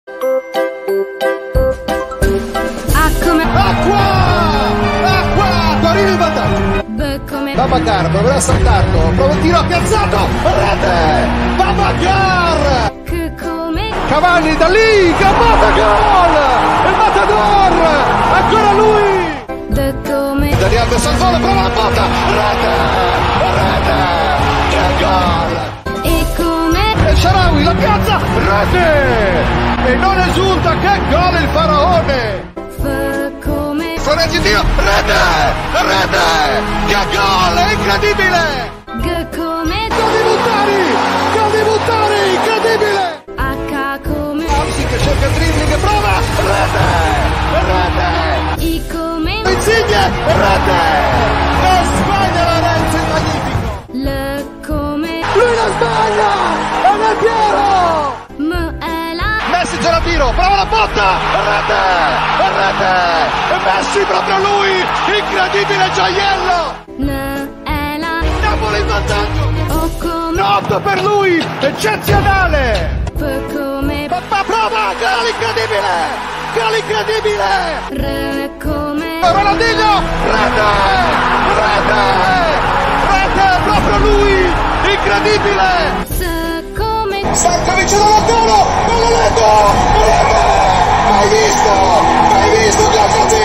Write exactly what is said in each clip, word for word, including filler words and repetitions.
Acqua! Acqua! Torino in vantaggio! Babacar proverà a saltarlo, prova il tiro a piazzato! Rete! Babacar! Cavani da lì! Chiamata gol! Il Matador! Ancora lui! Daniel De Sanzolo prova la botta! Rete! Rete! Che gol! E come? E Shaarawy la piazza! Rete! E non esulta! Che gol il faraone! Florenzi tiro, rete, rete, che gol, è incredibile! G come? Gol di Buttari, gol di Buttari, incredibile! H come? Amsi che cerca il dribbling, prova, rete, rete! I come? Insigne, rete! E sbaglia Lorenzo, il magnifico! L come? Lui la sbaglia! E Del Piero! M è la... Messi c'è la tiro, prova la botta! Rete! Rete! E Messi proprio lui! Incredibile gioiello! N è la... Napoli in vantaggio! O come? Noto per lui! Eccezionale! P come? Papà prova! Gol incredibile! Gol incredibile! R come? Ronaldinho! Rete! Rete! Rete! Proprio lui! Incredibile! S come? Stankovic dalla toro! Benedetto! Rete! Hai visto? Hai visto Giacotti?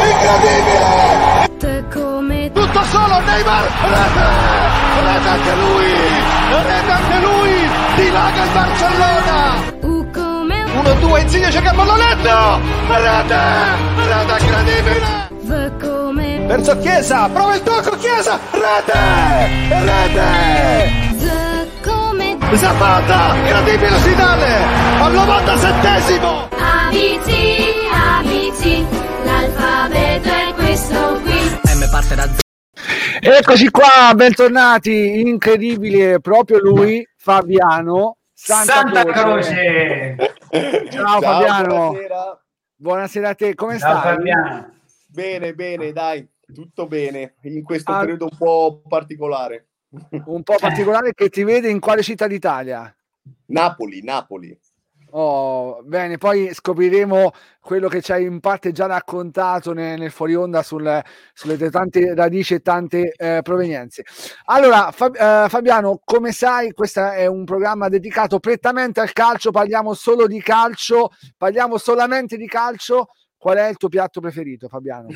Incredibile! T come? Tutto solo Neymar! Rete! Rete anche lui! Rete anche lui! Dilaga il Barcellona! U come? uno due Insigne cerca il pallonetto! Rete! Rete incredibile! V come? Verso Chiesa! Prova il tocco Chiesa! Rete! Rete! Z come? Zapata! Incredibile Zidane! Al novantasettesimo! A B C, A B C, l'alfabeto è questo qui. M parte da Z. Eccoci qua, bentornati, incredibile, proprio lui, Fabiano Santa, Santa Croce. Croce. Ciao, Ciao, Fabiano. buonasera. Buonasera a te, come Ciao stai? Fabiano. Bene, bene, dai, tutto bene, in questo Ah. periodo un po' particolare. Un po' particolare che ti vede in quale città d'Italia? Napoli, Napoli. Oh, bene, poi scopriremo quello che ci hai in parte già raccontato nel, nel fuori onda sul, sulle tue tante radici e tante eh, provenienze. Allora, Fab- eh, Fabiano, come sai, questo è un programma dedicato prettamente al calcio, parliamo solo di calcio, parliamo solamente di calcio. Qual è il tuo piatto preferito, Fabiano?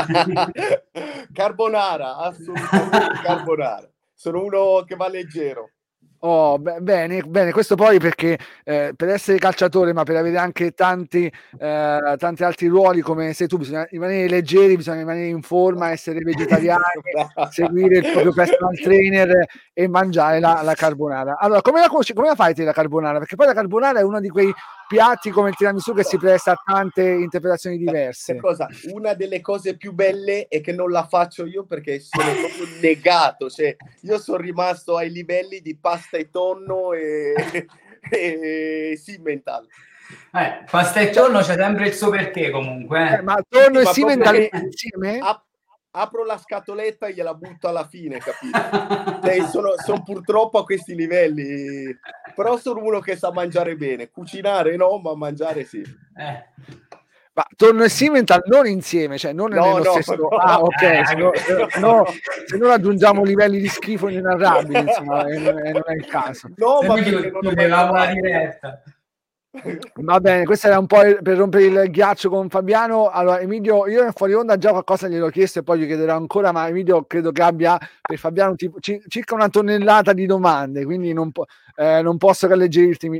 Carbonara, assolutamente carbonara. Sono uno che va leggero. Oh, be- bene, bene, questo poi perché eh, per essere calciatore, ma per avere anche tanti, eh, tanti altri ruoli come sei tu, bisogna rimanere leggeri, bisogna rimanere in forma, essere vegetariani, seguire il proprio personal trainer e mangiare la, la carbonara. Allora, come la, conosci- come la fai te la carbonara? Perché poi la carbonara è uno di quei piatti come il tiramisù che si presta a tante interpretazioni diverse. Sai cosa? Una delle cose più belle è che non la faccio io perché sono proprio negato, cioè io sono rimasto ai livelli di pasta e tonno e, e Simmental. Eh, pasta e tonno c'è sempre il suo perché comunque. Eh. Eh, ma tonno e Ma Simmental proprio che- insieme? Ap- apro la scatoletta e gliela butto alla fine, capito? Cioè, sono, sono purtroppo a questi livelli, però sono uno che sa mangiare bene, cucinare no, ma mangiare sì. Eh. Ma tonno e Simmental non insieme, cioè non No, nello no, stesso. no. Ah, ok, Eh, se no, se no- se no raggiungiamo livelli di schifo inenarrabili, insomma, e non è, non è il caso. No, Se ma noi perché chi- non ho mai chiudevamo la provato. diretta. Va bene, questo era un po' il- per rompere il ghiaccio con Fabiano. Allora, Emilio, io nel fuori onda già qualcosa gliel'ho chiesto e poi gli chiederò ancora, ma Emilio credo che abbia per Fabiano tipo, ci- circa una tonnellata di domande, quindi non, po- eh, non posso che alleggerirti.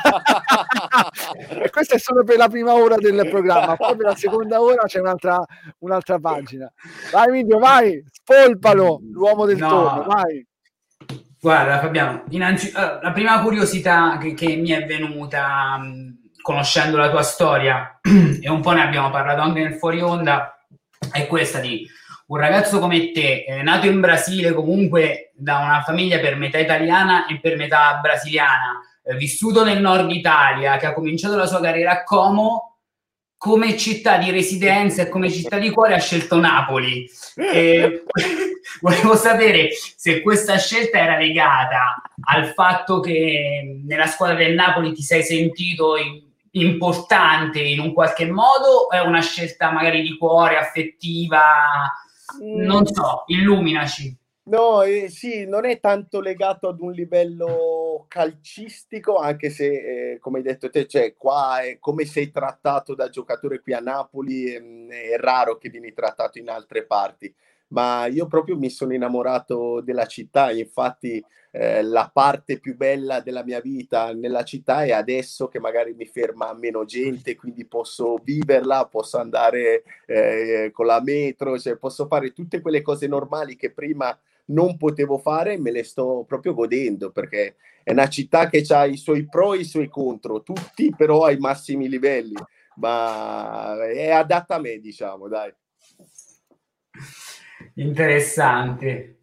E questa è solo per la prima ora del programma, poi per la seconda ora c'è un'altra, un'altra pagina. Vai Emilio, vai, spolpalo, l'uomo del No. torno, vai. Guarda Fabiano, innanzi- allora, la prima curiosità che, che mi è venuta mh, conoscendo la tua storia, e un po' ne abbiamo parlato anche nel fuori onda, è questa di un ragazzo come te, eh, nato in Brasile comunque da una famiglia per metà italiana e per metà brasiliana, eh, vissuto nel nord Italia, che ha cominciato la sua carriera a Como, come città di residenza e come città di cuore ha scelto Napoli. E volevo sapere se questa scelta era legata al fatto che nella squadra del Napoli ti sei sentito in- importante in un qualche modo, o è una scelta magari di cuore, affettiva? Non so, illuminaci. No, eh, sì, non è tanto legato ad un livello calcistico, anche se, eh, come hai detto te, cioè, qua è come sei trattato da giocatore qui a Napoli, è, è raro che vieni trattato in altre parti. Ma io proprio mi sono innamorato della città, infatti eh, la parte più bella della mia vita nella città è adesso che magari mi ferma meno gente, quindi posso viverla, posso andare eh, con la metro, cioè posso fare tutte quelle cose normali che prima non potevo fare, me le sto proprio godendo, perché è una città che ha i suoi pro e i suoi contro, tutti però ai massimi livelli, ma è adatta a me, diciamo, dai. Interessante.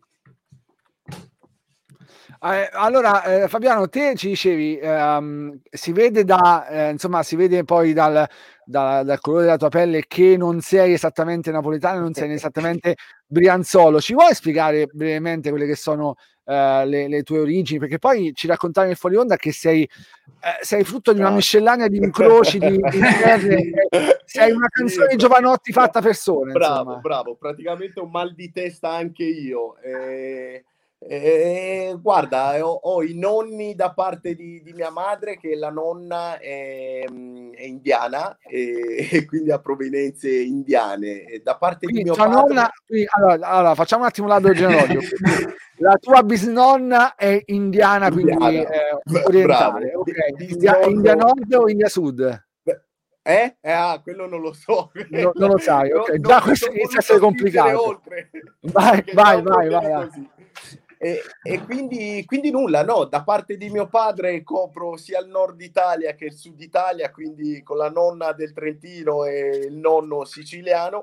Eh, allora, eh, Fabiano, te ci dicevi, ehm, si vede da, eh, insomma, si vede poi dal, da, dal colore della tua pelle che non sei esattamente napoletano, non sei esattamente brianzolo. Ci vuoi spiegare brevemente quelle che sono eh, le, le tue origini? Perché poi ci raccontavi nel fuori onda che sei, eh, sei frutto di una miscellanea di incroci, di, di terre, sei una canzone di Giovanotti fatta persone. Bravo, insomma. bravo, praticamente un mal di testa anche io. Eh... Eh, guarda, ho, ho i nonni da parte di, di mia madre, che la nonna è, è indiana e, e quindi ha provenienze indiane. E da parte quindi, di mio tua padre... nonna, quindi, allora, allora, facciamo un attimo l'albero genealogico. La tua bisnonna è indiana, quindi indiana. eh, orientale. Bravo. Okay. Di, India, bisnonno... India Nord o India Sud? Eh? eh ah, quello non lo so. No, non lo sai, ok. No, già questo inizia a essere complicato. Oltre, vai, vai, vai, vai, vai. E, e quindi, quindi nulla, no, da parte di mio padre copro sia il nord Italia che il sud Italia, quindi con la nonna del Trentino e il nonno siciliano.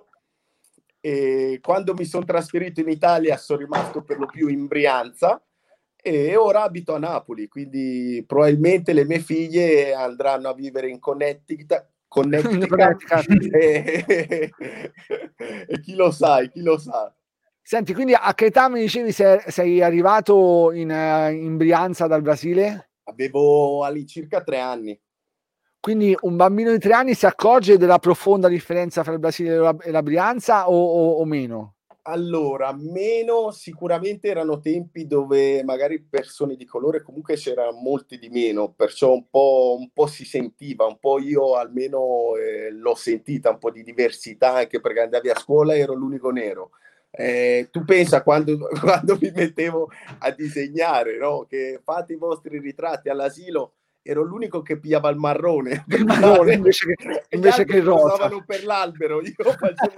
E quando mi sono trasferito in Italia sono rimasto per lo più in Brianza e ora abito a Napoli, quindi probabilmente le mie figlie andranno a vivere in Connecticut, Connecticut e, e, e chi lo sa, chi lo sa. Senti, quindi a che età mi dicevi sei, sei arrivato in, in Brianza dal Brasile? Avevo all'incirca tre anni. Quindi un bambino di tre anni si accorge della profonda differenza tra il Brasile e la, e la Brianza o, o, o meno? Allora, meno sicuramente erano tempi dove magari persone di colore comunque c'erano molte di meno, perciò un po', un po' si sentiva, un po' io almeno eh, l'ho sentita, un po' di diversità, anche perché andavi a scuola e ero l'unico nero. Eh, tu pensa quando, quando mi mettevo a disegnare, no? Che fate i vostri ritratti all'asilo, ero l'unico che pigliava il marrone, il marrone invece che, invece che il rosa. Usavano per l'albero, io facevo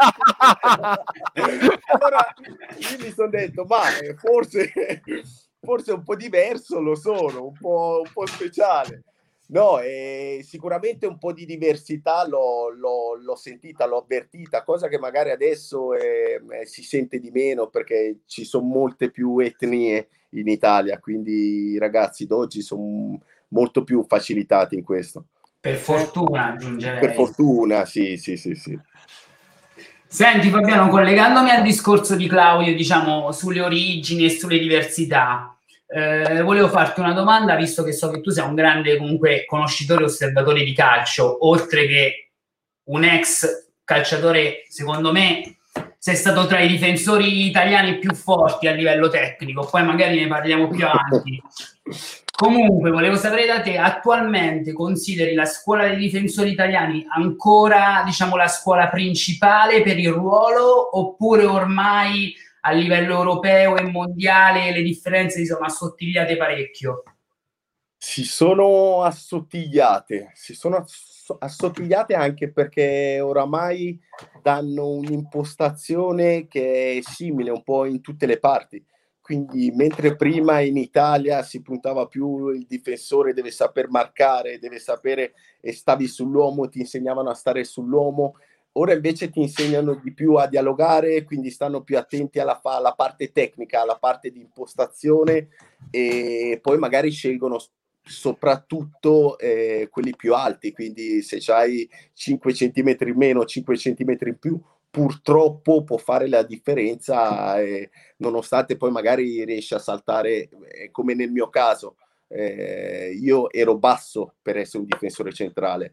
allora io mi sono detto ma forse forse un po' diverso lo sono, un po', un po' speciale. No, eh, sicuramente un po' di diversità l'ho, l'ho, l'ho sentita, l'ho avvertita, cosa che magari adesso eh, si sente di meno perché ci sono molte più etnie in Italia, quindi i ragazzi d'oggi sono molto più facilitati in questo. Per fortuna, aggiungerei. Per fortuna, sì, sì, sì, sì. Senti Fabiano, collegandomi al discorso di Claudio, diciamo, sulle origini e sulle diversità, eh, volevo farti una domanda, visto che so che tu sei un grande comunque conoscitore e osservatore di calcio, oltre che un ex calciatore, secondo me sei stato tra i difensori italiani più forti a livello tecnico, poi magari ne parliamo più avanti. Comunque, volevo sapere da te, attualmente consideri la scuola dei difensori italiani ancora, diciamo, la scuola principale per il ruolo, oppure ormai a livello europeo e mondiale le differenze si sono assottigliate parecchio? Si sono assottigliate, si sono assottigliate anche perché oramai danno un'impostazione che è simile un po' in tutte le parti. Quindi mentre prima in Italia si puntava più il difensore deve saper marcare, deve sapere e stavi sull'uomo, ti insegnavano a stare sull'uomo, ora invece ti insegnano di più a dialogare, quindi stanno più attenti alla, alla parte tecnica, alla parte di impostazione e poi magari scelgono soprattutto eh, quelli più alti, quindi se c'hai cinque centimetri in meno, cinque centimetri in più, purtroppo può fare la differenza, eh, nonostante poi magari riesci a saltare, eh, come nel mio caso, eh, io ero basso per essere un difensore centrale,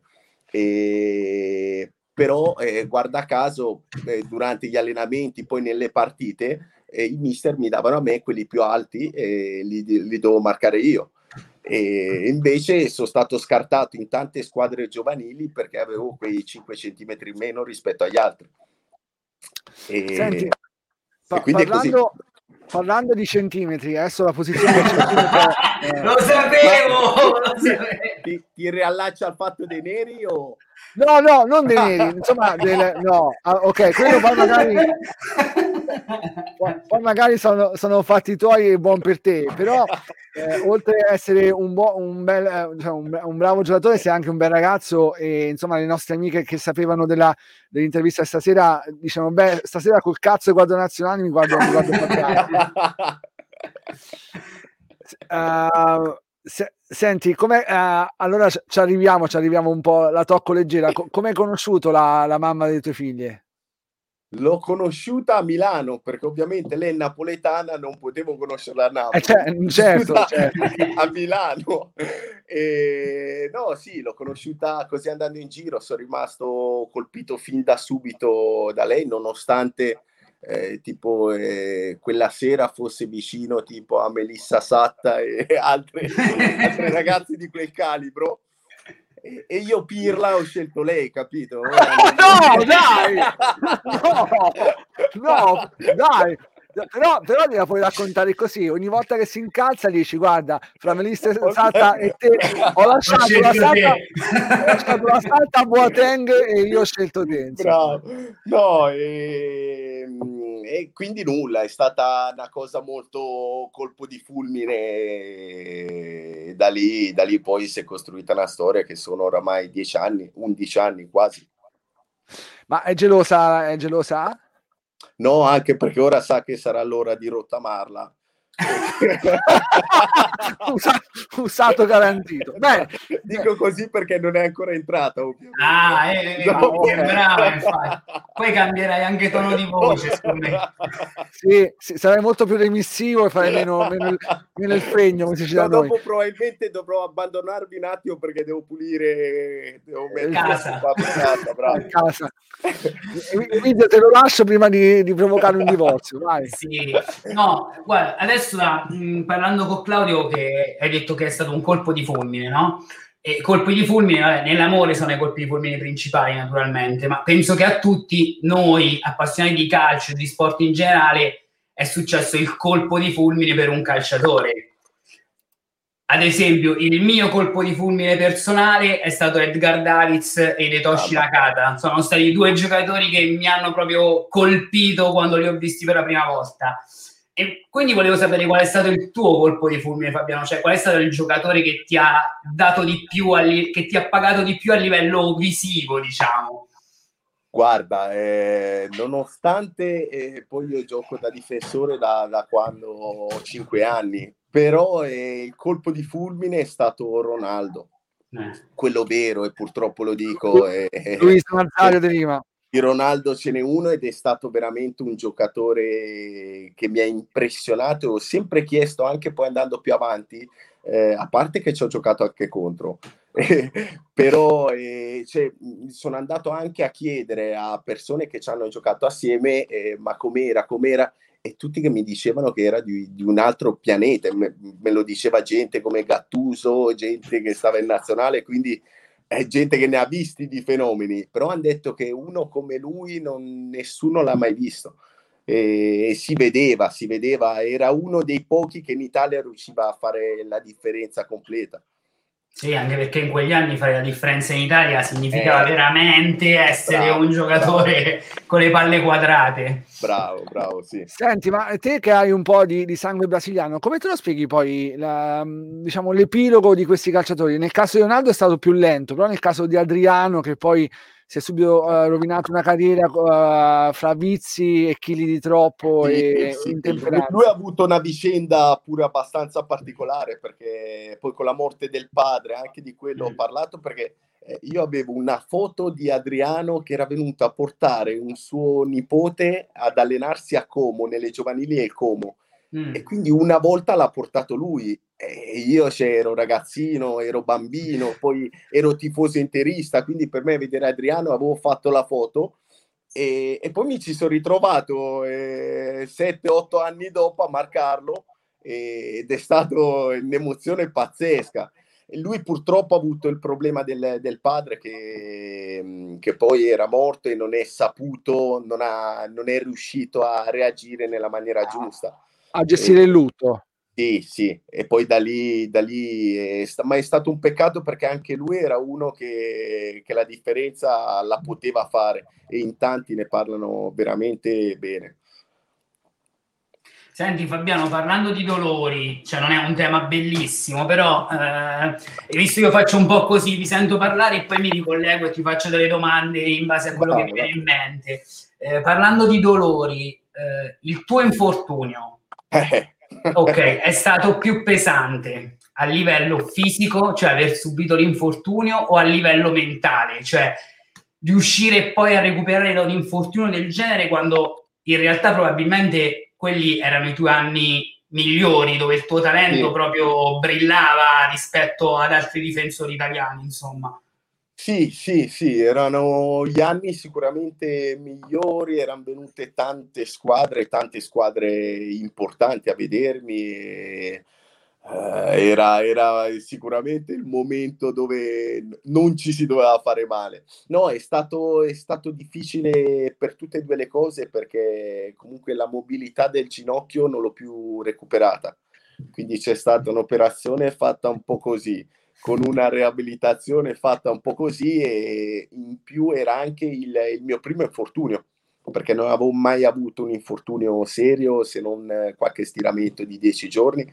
E però eh, guarda caso eh, durante gli allenamenti, poi nelle partite, eh, i mister mi davano a me quelli più alti e li, li dovevo marcare io. E invece sono stato scartato in tante squadre giovanili perché avevo quei cinque centimetri in meno rispetto agli altri. E, Senti, pa- e quindi parlando, è così. Parlando di centimetri, adesso la posizione del centimetro, eh, lo sapevo, lo ti, sapevo. Ti, ti riallaccia al fatto dei neri o no no non dei neri, insomma del, no ah, ok, quello poi magari poi magari sono, sono fatti tuoi e buon per te, però eh, oltre ad essere un, buo, un, bel, eh, diciamo, un, un bravo giocatore sei anche un bel ragazzo, e insomma le nostre amiche che sapevano della, dell'intervista stasera dicevano beh stasera col cazzo e guardo nazionale mi guardo, mi guardo uh, se, senti come uh, allora ci arriviamo ci arriviamo un po', la tocco leggera. Co- come hai conosciuto la, la mamma delle tue figlie? L'ho conosciuta a Milano, perché ovviamente lei è napoletana, non potevo conoscerla a Napoli. Eh, cioè, certo, certo. A Milano. E, no, sì, l'ho conosciuta così andando in giro, sono rimasto colpito fin da subito da lei, nonostante eh, tipo eh, quella sera fosse vicino tipo a Melissa Satta e altre, altre ragazze di quel calibro. E io Pirla ho scelto lei, capito? No, dai! No, no, dai! Però, però gliela puoi raccontare così, ogni volta che si incalza dici guarda, fra Melissa Satta e te ho lasciato la Satta, ho lasciato la Satta a Boateng e io ho scelto te. Bravo. No, e, e quindi nulla, è stata una cosa molto colpo di fulmine, da lì, da lì poi si è costruita una storia che sono oramai dieci anni, undici anni quasi. Ma è gelosa, è gelosa? No, anche perché ora sa che sarà l'ora di rottamarla. Usato, usato garantito. Beh, dico così perché non è ancora entrata, ovviamente. Ah, eh, eh, no, okay. Brava, infatti. Poi cambierai anche tono di voce, secondo me. Sì, sì, sarai molto più remissivo e farai meno, meno, il, meno il fregno, come si dice da noi. Dopo probabilmente dovrò abbandonarvi un attimo perché devo pulire, devo mettere casa. Qua per casa, bravo. casa. Il video te lo lascio prima di, di provocare un divorzio, vai. Sì. No, guarda, adesso mh, parlando con Claudio, che hai detto che è stato un colpo di fulmine, no? E colpi di fulmine, vabbè, nell'amore sono i colpi di fulmine principali, naturalmente, ma penso che a tutti noi, appassionati di calcio e di sport in generale, è successo il colpo di fulmine per un calciatore. Ad esempio, il mio colpo di fulmine personale è stato Edgar Davids e Hidetoshi Nakata. Sono stati due giocatori che mi hanno proprio colpito quando li ho visti per la prima volta. E quindi volevo sapere qual è stato il tuo colpo di fulmine, Fabiano, cioè qual è stato il giocatore che ti ha dato di più, che ti ha pagato di più a livello visivo, diciamo. Guarda, eh, nonostante eh, poi io gioco da difensore da, da quando ho cinque anni, però eh, il colpo di fulmine è stato Ronaldo, eh. quello vero, e purtroppo lo dico. Eh, Luis Nazario De Lima. Di Ronaldo ce n'è uno ed è stato veramente un giocatore che mi ha impressionato. Ho sempre chiesto, anche poi andando più avanti, eh, a parte che ci ho giocato anche contro, eh, però eh, cioè, sono andato anche a chiedere a persone che ci hanno giocato assieme, eh, ma com'era, com'era, e tutti che mi dicevano che era di, di un altro pianeta. Me, me lo diceva gente come Gattuso, gente che stava in nazionale, quindi è gente che ne ha visti di fenomeni, però hanno detto che uno come lui non, nessuno l'ha mai visto, e, e si vedeva, si vedeva, era uno dei pochi che in Italia riusciva a fare la differenza completa. Sì, anche perché in quegli anni fare la differenza in Italia significava eh, essere bravo, un giocatore bravo. Con le palle quadrate. Bravo, bravo, sì. Senti, ma te che hai un po' di, di sangue brasiliano, come te lo spieghi poi la, diciamo, l'epilogo di questi calciatori? Nel caso di Ronaldo è stato più lento, però nel caso di Adriano, che poi si è subito uh, rovinato una carriera uh, fra vizi e chili di troppo sì, e sì, intemperanza. Lui ha avuto una vicenda pure abbastanza particolare, perché poi con la morte del padre, anche di quello mm. ho parlato, perché eh, io avevo una foto di Adriano che era venuto a portare un suo nipote ad allenarsi a Como, nelle giovanili del Como, Mm. E quindi una volta l'ha portato lui. E io ero ragazzino, ero bambino, poi ero tifoso interista, quindi per me vedere Adriano avevo fatto la foto e, e poi mi ci sono ritrovato eh, sette otto anni dopo a marcarlo eh, ed è stato un'emozione pazzesca. E lui purtroppo ha avuto il problema del, del padre che, che poi era morto e non è saputo, non, ha, non è riuscito a reagire nella maniera giusta. A gestire e, il lutto. Sì, sì, e poi da lì, da lì è sta- ma è stato un peccato perché anche lui era uno che, che la differenza la poteva fare e in tanti ne parlano veramente bene. Senti Fabiano, parlando di dolori, cioè non è un tema bellissimo, però eh, visto che io faccio un po' così, vi sento parlare e poi mi ricollego e ti faccio delle domande in base a quello no, che mi viene in mente. Eh, parlando di dolori, eh, il tuo infortunio, ok, è stato più pesante a livello fisico, cioè aver subito l'infortunio, o a livello mentale, cioè riuscire poi a recuperare da un infortunio del genere quando in realtà probabilmente quelli erano i tuoi anni migliori, dove il tuo talento sì. proprio brillava rispetto ad altri difensori italiani, insomma. Sì, sì, sì, erano gli anni sicuramente migliori, erano venute tante squadre, tante squadre importanti a vedermi e, uh, era, era sicuramente il momento dove non ci si doveva fare male. No, è stato, è stato difficile per tutte e due le cose perché comunque la mobilità del ginocchio non l'ho più recuperata, quindi c'è stata un'operazione fatta un po' così, con una riabilitazione fatta un po' così e in più era anche il, il mio primo infortunio, perché non avevo mai avuto un infortunio serio se non qualche stiramento di dieci giorni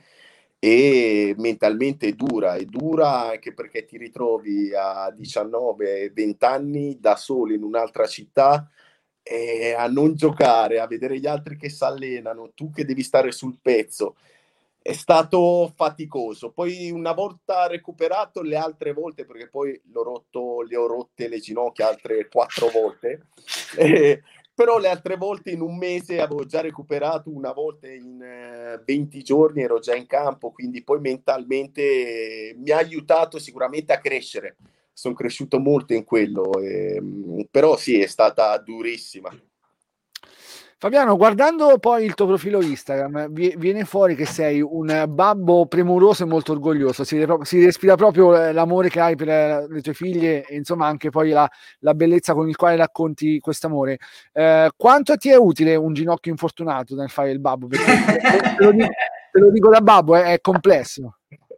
e mentalmente è dura, è dura anche perché ti ritrovi a diciannove venti anni da solo in un'altra città e a non giocare, a vedere gli altri che si allenano, tu che devi stare sul pezzo. È stato faticoso, poi una volta recuperato le altre volte, perché poi l'ho rotto, le ho rotte le ginocchia altre quattro volte, eh, però le altre volte in un mese avevo già recuperato, una volta in eh, venti giorni ero già in campo, quindi poi mentalmente eh, mi ha aiutato sicuramente a crescere, sono cresciuto molto in quello, eh, però sì, è stata durissima. Fabiano, guardando poi il tuo profilo Instagram, viene fuori che sei un babbo premuroso e molto orgoglioso, si, si respira proprio l'amore che hai per le tue figlie e insomma anche poi la, la bellezza con il quale racconti questo amore. Eh, quanto ti è utile un ginocchio infortunato nel fare il babbo? Perché te, lo dico, te lo dico da babbo, è, è complesso.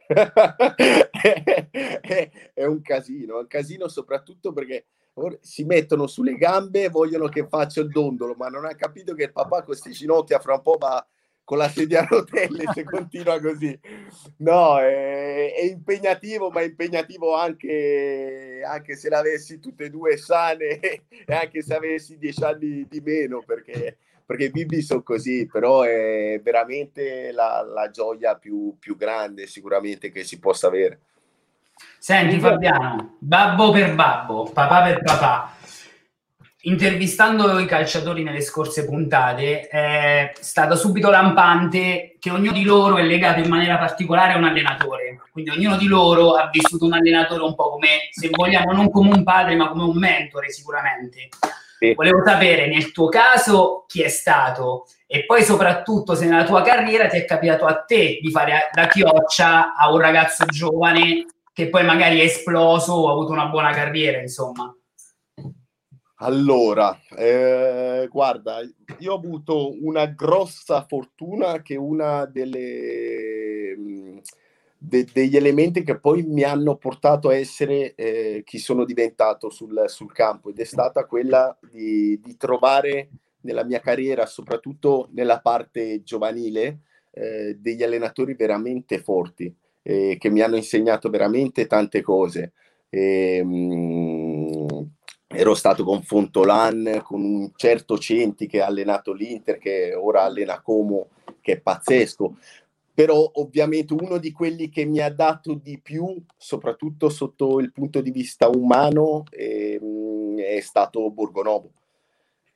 È un casino, è un casino soprattutto perché si mettono sulle gambe e vogliono che faccia il dondolo, ma non ha capito che il papà con queste ginocchia fra un po' va con la sedia a rotelle se continua così. No, è, è impegnativo, ma è impegnativo anche, anche se l'avessi tutte e due sane e anche se avessi dieci anni di meno, perché, perché i bimbi sono così, però è veramente la, la gioia più, più grande sicuramente che si possa avere. Senti Fabiano, babbo per babbo, papà per papà, intervistando i calciatori nelle scorse puntate è stato subito lampante che ognuno di loro è legato in maniera particolare a un allenatore, quindi ognuno di loro ha vissuto un allenatore un po' come, se vogliamo, non come un padre ma come un mentore sicuramente. Sì. Volevo sapere nel tuo caso chi è stato e poi soprattutto se nella tua carriera ti è capitato a te di fare da chioccia a un ragazzo giovane che poi magari è esploso o ha avuto una buona carriera, insomma. Allora, eh, guarda, io ho avuto una grossa fortuna che una delle de, degli elementi che poi mi hanno portato a essere eh, chi sono diventato sul, sul campo ed è stata quella di, di trovare nella mia carriera, soprattutto nella parte giovanile, eh, degli allenatori veramente forti. Eh, che mi hanno insegnato veramente tante cose. E, mh, ero stato con Fontolan, con un certo Centi che ha allenato l'Inter, che ora allena Como, che è pazzesco. Però ovviamente uno di quelli che mi ha dato di più, soprattutto sotto il punto di vista umano, eh, mh, è stato Borgonovo.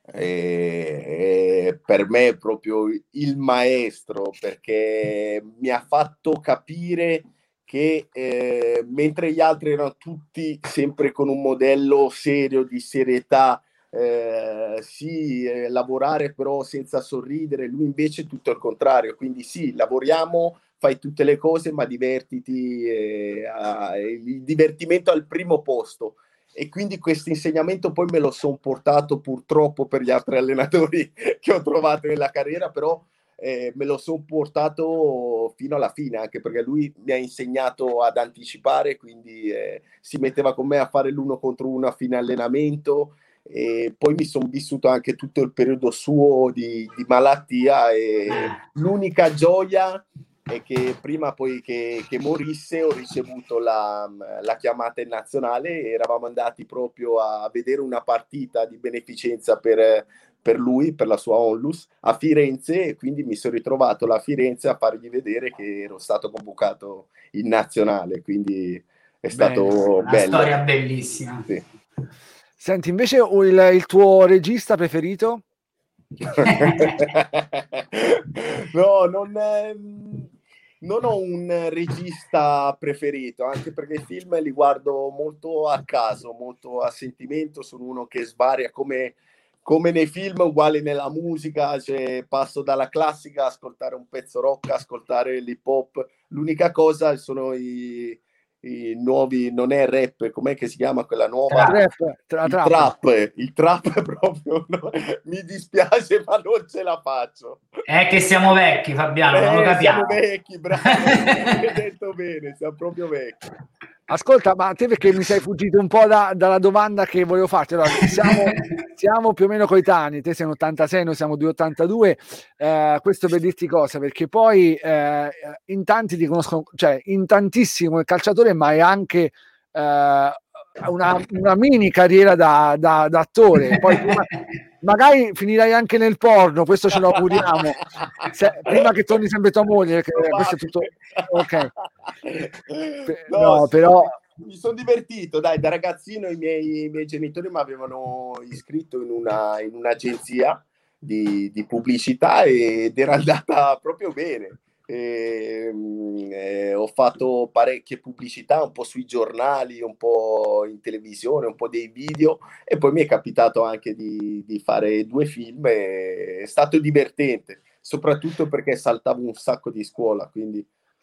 E, e per me è proprio il maestro, perché mi ha fatto capire che eh, mentre gli altri erano tutti sempre con un modello serio, di serietà, eh, sì, eh, lavorare però senza sorridere, lui invece tutto il contrario, quindi sì, lavoriamo, fai tutte le cose, ma divertiti, eh, a, il divertimento al primo posto. E quindi questo insegnamento poi me lo sono portato purtroppo per gli altri allenatori che ho trovato nella carriera, però eh, me lo sono portato fino alla fine, anche perché lui mi ha insegnato ad anticipare, quindi eh, si metteva con me a fare l'uno contro uno a fine allenamento, e poi mi sono vissuto anche tutto il periodo suo di, di malattia, e l'unica gioia è che prima poi che, che morisse ho ricevuto la, la chiamata in nazionale, e eravamo andati proprio a vedere una partita di beneficenza per, per lui, per la sua onlus, a Firenze, e quindi mi sono ritrovato là a Firenze a fargli vedere che ero stato convocato in nazionale, quindi è stato bello, una bello. Storia bellissima. Sì. Senti, invece il, il tuo regista preferito? No, non, è, non ho un regista preferito, anche perché i film li guardo molto a caso, molto a sentimento, sono uno che svaria come, come nei film, uguale nella musica, cioè passo dalla classica a ascoltare un pezzo rock, ascoltare l'hip hop, l'unica cosa sono i... i nuovi, non è rap, com'è che si chiama quella nuova? Trap, tra, il trap. trap, il trap proprio, no? Mi dispiace ma non ce la faccio. È che siamo vecchi, Fabiano, eh, non lo capiamo. Siamo vecchi, bravo, hai detto bene, siamo proprio vecchi. Ascolta, ma te perché mi sei fuggito un po' da, dalla domanda che volevo farti? Allora, siamo, siamo più o meno coetanei, te sei un ottantasei, noi siamo due ottantadue, eh, questo per dirti cosa, perché poi eh, in tanti ti conoscono, cioè in tantissimo il calciatore, ma è anche eh, una, una mini carriera da, da, da attore, poi prima, magari finirai anche nel porno, questo ce lo auguriamo, Se, prima che torni sempre tua moglie, che questo è tutto ok. No, no, sì, però mi sono divertito, dai, da ragazzino i miei, i miei genitori mi avevano iscritto in, una, in un'agenzia di, di pubblicità, ed era andata proprio bene. E, eh, ho fatto parecchie pubblicità, un po' sui giornali, un po' in televisione, un po' dei video, e poi mi è capitato anche di, di fare due film, e è stato divertente, soprattutto perché saltavo un sacco di scuola, quindi...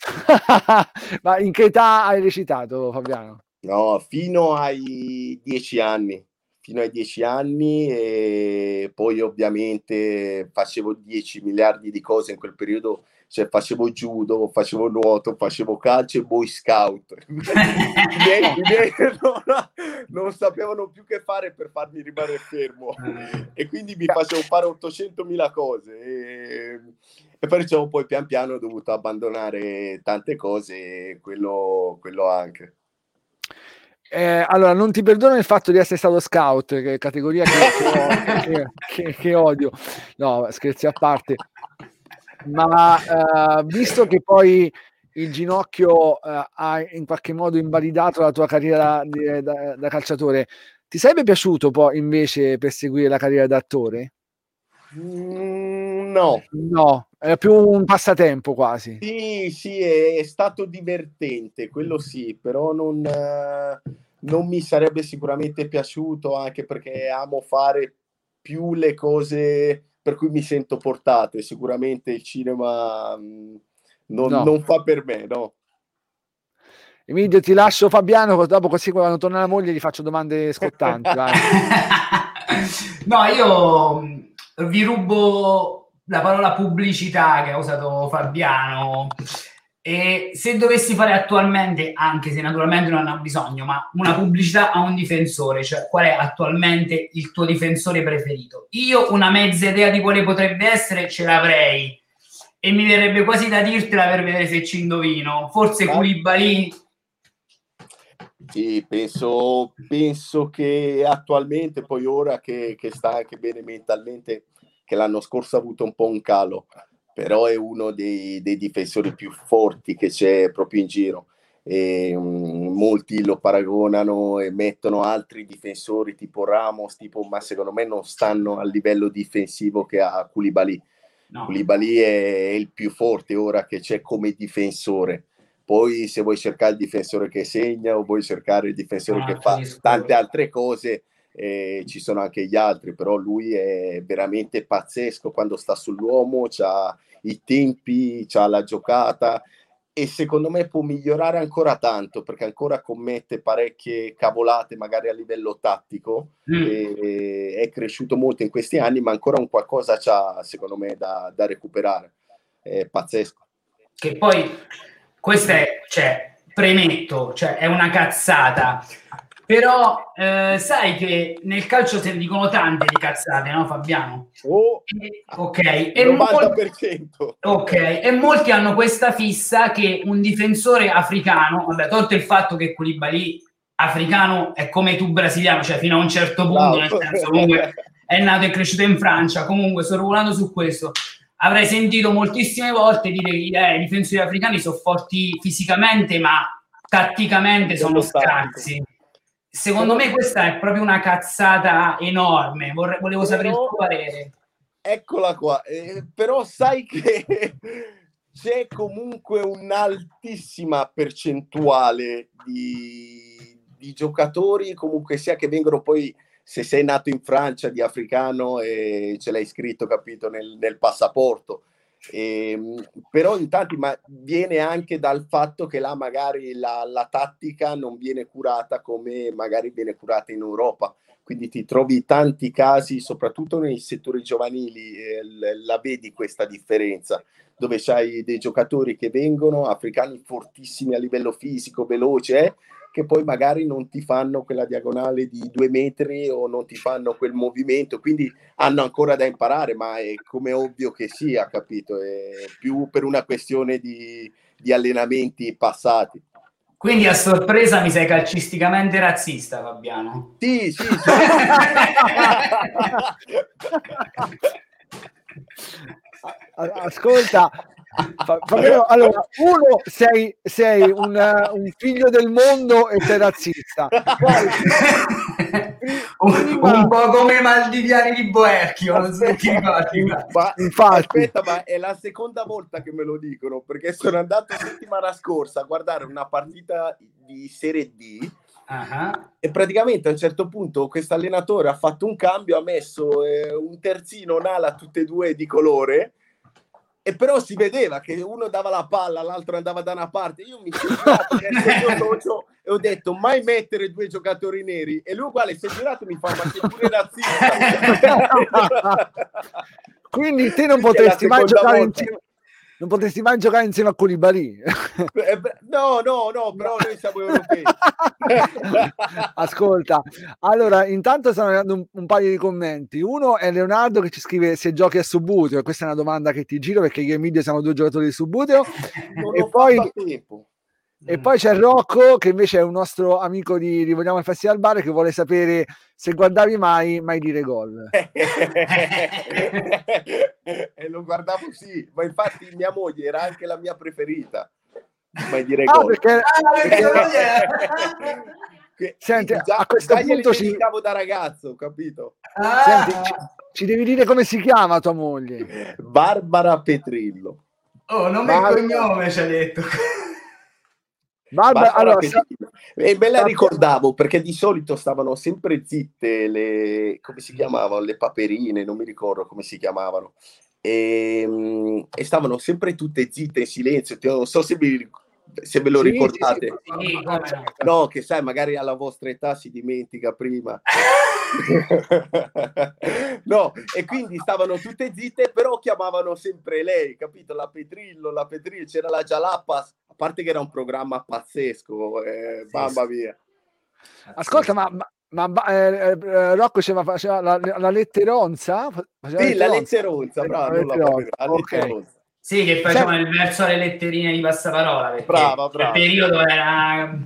Ma in che età hai recitato, Fabiano? No, fino ai dieci anni, fino ai dieci anni, e poi ovviamente facevo dieci miliardi di cose in quel periodo, cioè facevo judo, facevo nuoto, facevo calcio e boy scout. I miei, i miei non, non sapevano più che fare per farmi rimanere fermo, e quindi mi facevo fare ottocentomila cose, e, e perciò poi pian piano ho dovuto abbandonare tante cose, quello, quello anche. Eh, allora, non ti perdono il fatto di essere stato scout, che è categoria che, che, che, che odio. No, scherzi a parte. Ma eh, visto che poi il ginocchio eh, ha in qualche modo invalidato la tua carriera di, da, da calciatore, ti sarebbe piaciuto poi invece perseguire la carriera da attore? Mm, no. No, è più un passatempo quasi. Sì, sì, è, è stato divertente, quello sì, però non, eh, non mi sarebbe sicuramente piaciuto, anche perché amo fare più le cose per cui mi sento portato, e sicuramente il cinema mh, non, No. non fa per me, no. Emilio, ti lascio Fabiano, dopo così quando torna la moglie gli faccio domande scottanti. Vai. No, io vi rubo la parola pubblicità che ha usato Fabiano, e se dovessi fare attualmente, anche se naturalmente non ha bisogno, ma una pubblicità a un difensore, cioè qual è attualmente il tuo difensore preferito? Io una mezza idea di quale potrebbe essere ce l'avrei, e mi verrebbe quasi da dirtela per vedere se ci indovino. Forse Koulibaly. Sì, penso, penso che attualmente, poi ora che, che sta anche bene mentalmente, che l'anno scorso ha avuto un po' un calo, però è uno dei, dei difensori più forti che c'è proprio in giro. E, um, molti lo paragonano e mettono altri difensori tipo Ramos, tipo, ma secondo me non stanno al livello difensivo che ha Koulibaly. No. Koulibaly è il più forte ora che c'è come difensore. Poi se vuoi cercare il difensore che segna o vuoi cercare il difensore no, che fa tante altre cose, eh, ci sono anche gli altri, però lui è veramente pazzesco quando sta sull'uomo, c'ha i tempi, c'ha la giocata e secondo me può migliorare ancora tanto perché ancora commette parecchie cavolate magari a livello tattico mm. e, è cresciuto molto in questi anni, ma ancora un qualcosa c'ha secondo me da, da recuperare. È pazzesco. Che poi questa è, cioè, premetto, cioè è una cazzata, però eh, sai che nel calcio se ne dicono tante di cazzate, no Fabiano? Oh, e, ok, e novanta per cento. Molti, ok, e molti hanno questa fissa che un difensore africano, vabbè, tolto il fatto che Koulibaly africano è come tu brasiliano, cioè fino a un certo punto, nel senso comunque è nato e cresciuto in Francia, comunque sto regolando su questo. Avrei sentito moltissime volte dire che eh, i difensori africani sono forti fisicamente, ma tatticamente sono scarsi. Secondo me questa è proprio una cazzata enorme. Vorrei, volevo sapere però, il tuo parere. Eccola qua. Eh, però sai che c'è comunque un'altissima percentuale di, di giocatori, comunque sia che vengono poi... se sei nato in Francia di africano e ce l'hai scritto, capito, nel, nel passaporto. E, però in tanti, ma viene anche dal fatto che là magari la, la tattica non viene curata come magari viene curata in Europa. Quindi ti trovi tanti casi, soprattutto nei settori giovanili, eh, la vedi questa differenza, dove c'hai dei giocatori che vengono, africani fortissimi a livello fisico, veloce, eh, che poi magari non ti fanno quella diagonale di due metri o non ti fanno quel movimento, quindi hanno ancora da imparare, ma è come ovvio che sia, capito? È più per una questione di, di allenamenti passati. Quindi a sorpresa mi sei calcisticamente razzista, Fabiano? Sì, sì, sì. Ascolta, Fabiano, allora, uno, sei, sei un, un figlio del mondo e sei razzista. Poi, un, un po' come i Maldiviani di Boerchio, non so se ti ricordi. Ma, infatti. Aspetta, ma è la seconda volta che me lo dicono, perché sono andato la settimana scorsa a guardare una partita di Serie D. Uh-huh. E praticamente a un certo punto questo allenatore ha fatto un cambio, ha messo eh, un terzino, un'ala tutte e due di colore, e però si vedeva che uno dava la palla, l'altro andava da una parte. Io mi sono girato verso il mio socio e ho detto mai mettere due giocatori neri, e lui uguale si è girato e mi fa ma sei pure razzista. Quindi te non potresti mai giocare insieme, non potresti mai giocare insieme a Koulibaly. No, no, no, però noi siamo europei. Ascolta, allora intanto stanno arrivando un, un paio di commenti. Uno è Leonardo che ci scrive se giochi a Subbuteo, questa è una domanda che ti giro perché io e Emilio siamo due giocatori di Subbuteo. E poi, e poi c'è Rocco che invece è un nostro amico di Rivogliamo il Festival Bar, che vuole sapere se guardavi mai mai dire gol. E lo guardavo, sì, ma infatti mia moglie era anche la mia preferita. Mai dire ah, gol. Perché, perché... che, Senti, già, a questo punto ci dedicavo da ragazzo, capito? Ah. Senti, ci, ci devi dire come si chiama tua moglie? Barbara Petrillo. Oh, nome e cognome ci ha detto. Barbara, allora, sa... e me la ricordavo perché di solito stavano sempre zitte le, come si chiamavano, le paperine, non mi ricordo come si chiamavano, e, e stavano sempre tutte zitte in silenzio. Non so se vi se ve lo sì, ricordate. Sì, sì, sì. No, che sai, magari alla vostra età si dimentica prima. No, e quindi stavano tutte zitte, però chiamavano sempre lei, capito? La Petrillo, la Petrillo, c'era la Jalapas, a parte che era un programma pazzesco, eh, sì, mamma mia. Ascolta, ma, ma, ma eh, Rocco faceva, faceva la, la letteronza? Faceva sì, la letteronza, bravo, la letteronza. La letteronza. Sì, che facevano il verso alle letterine di passaparola, perché brava, brava. il periodo era...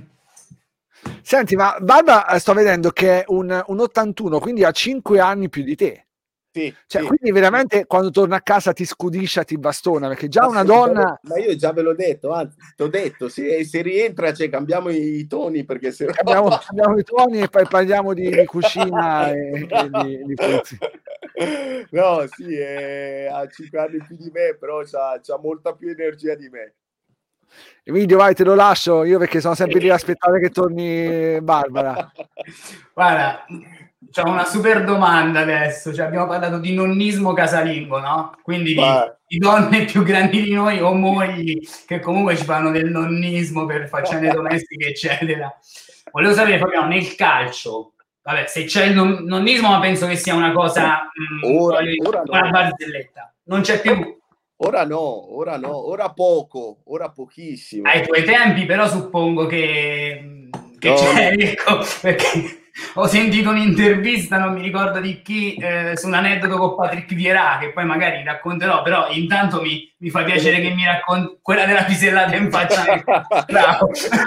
Senti, ma Barbara sto vedendo che è un, un ottantuno, quindi ha cinque anni più di te. Sì, cioè, sì. quindi veramente quando torna a casa ti scudiscia, ti bastona, perché già Ma una sì, donna... Ma io già ve l'ho detto, anzi, ti ho detto, se, se rientra, cioè, cambiamo i toni, perché se no... Cambiamo, cambiamo i toni e poi parliamo di, di cucina e, e di, di puzzi. No, sì, è, ha cinque anni più di me, però c'ha, c'ha molta più energia di me. Emilio, vai, te lo lascio io perché sono sempre lì a aspettare che torni Barbara. Guarda, c'ho una super domanda adesso, cioè, abbiamo parlato di nonnismo casalingo, no? Quindi di, di donne più grandi di noi o mogli che comunque ci fanno del nonnismo per faccende domestiche, eccetera. Volevo sapere, Fabiano, nel calcio, vabbè, se c'è il non- nonnismo, ma penso che sia una cosa, mh, Ora, voglio- ora una no. barzelletta. Non c'è più. Ora no, ora no, ora poco, ora pochissimo. Ai tuoi tempi, però suppongo che, che No, c'è, no. ecco, perché ho sentito un'intervista, non mi ricordo di chi, eh, su un aneddoto con Patrick Vieira, che poi magari racconterò, però intanto mi, mi fa piacere che mi racconti quella della pisellata in faccia. Bravo.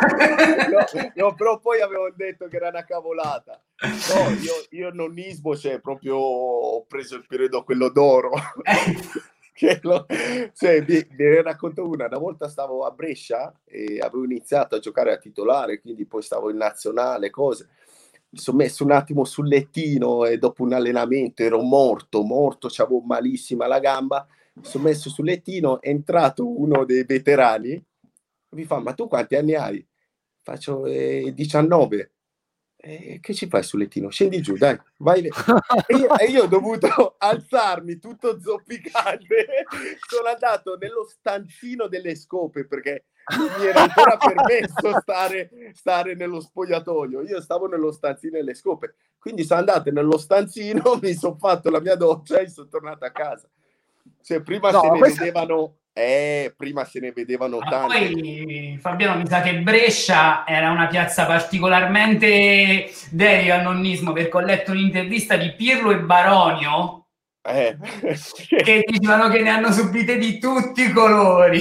No, no, però poi avevano detto che era una cavolata. No, io, io nonnismo, cioè, proprio ho preso il periodo quello d'oro. Che lo, cioè, vi, vi ne racconto una. Una volta stavo a Brescia e avevo iniziato a giocare a titolare, quindi poi stavo in nazionale, cose. Mi sono messo un attimo sul lettino e dopo un allenamento ero morto, morto, c'avevo malissima la gamba. Mi sono messo sul lettino, è entrato uno dei veterani, mi fa: ma tu quanti anni hai? Faccio eh, diciannove. E che ci fai sul lettino? Scendi giù, dai, vai. E io, e io ho dovuto alzarmi tutto zoppicante. Sono andato nello stanzino delle scope perché non mi era ancora permesso stare, stare nello spogliatoio. Io stavo nello stanzino delle scope. Quindi sono andato nello stanzino, mi sono fatto la mia doccia e sono tornato a casa. Cioè, prima No, se ne questa... vedevano... Eh, prima se ne vedevano Ma tante. poi, Fabiano, mi sa che Brescia era una piazza particolarmente dedita al nonnismo, perché ho letto un'intervista di Pirlo e Baronio Eh. che dicevano che ne hanno subite di tutti i colori.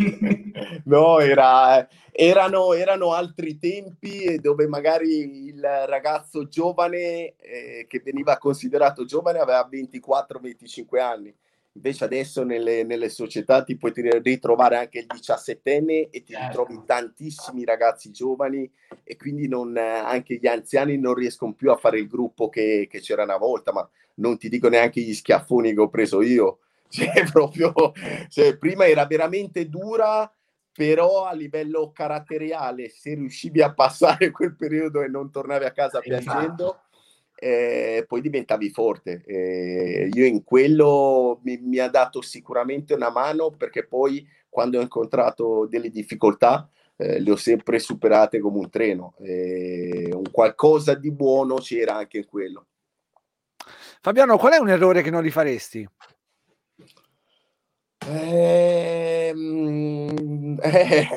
No, era, erano, erano altri tempi dove magari il ragazzo giovane, eh, che veniva considerato giovane, aveva ventiquattro venticinque anni. Invece adesso nelle, nelle società ti puoi ritrovare anche il diciassettenne e ti ritrovi tantissimi ragazzi giovani e quindi non, anche gli anziani non riescono più a fare il gruppo che, che c'era una volta, ma non ti dico neanche gli schiaffoni che ho preso io. Cioè, proprio, cioè, prima era veramente dura, però a livello caratteriale, se riuscivi a passare quel periodo e non tornavi a casa piangendo, eh, poi diventavi forte. Eh, io in quello mi, mi ha dato sicuramente una mano, perché poi quando ho incontrato delle difficoltà eh, le ho sempre superate come un treno. Eh, un qualcosa di buono c'era anche in quello. Fabiano, qual è un errore che non rifaresti? Eh, eh,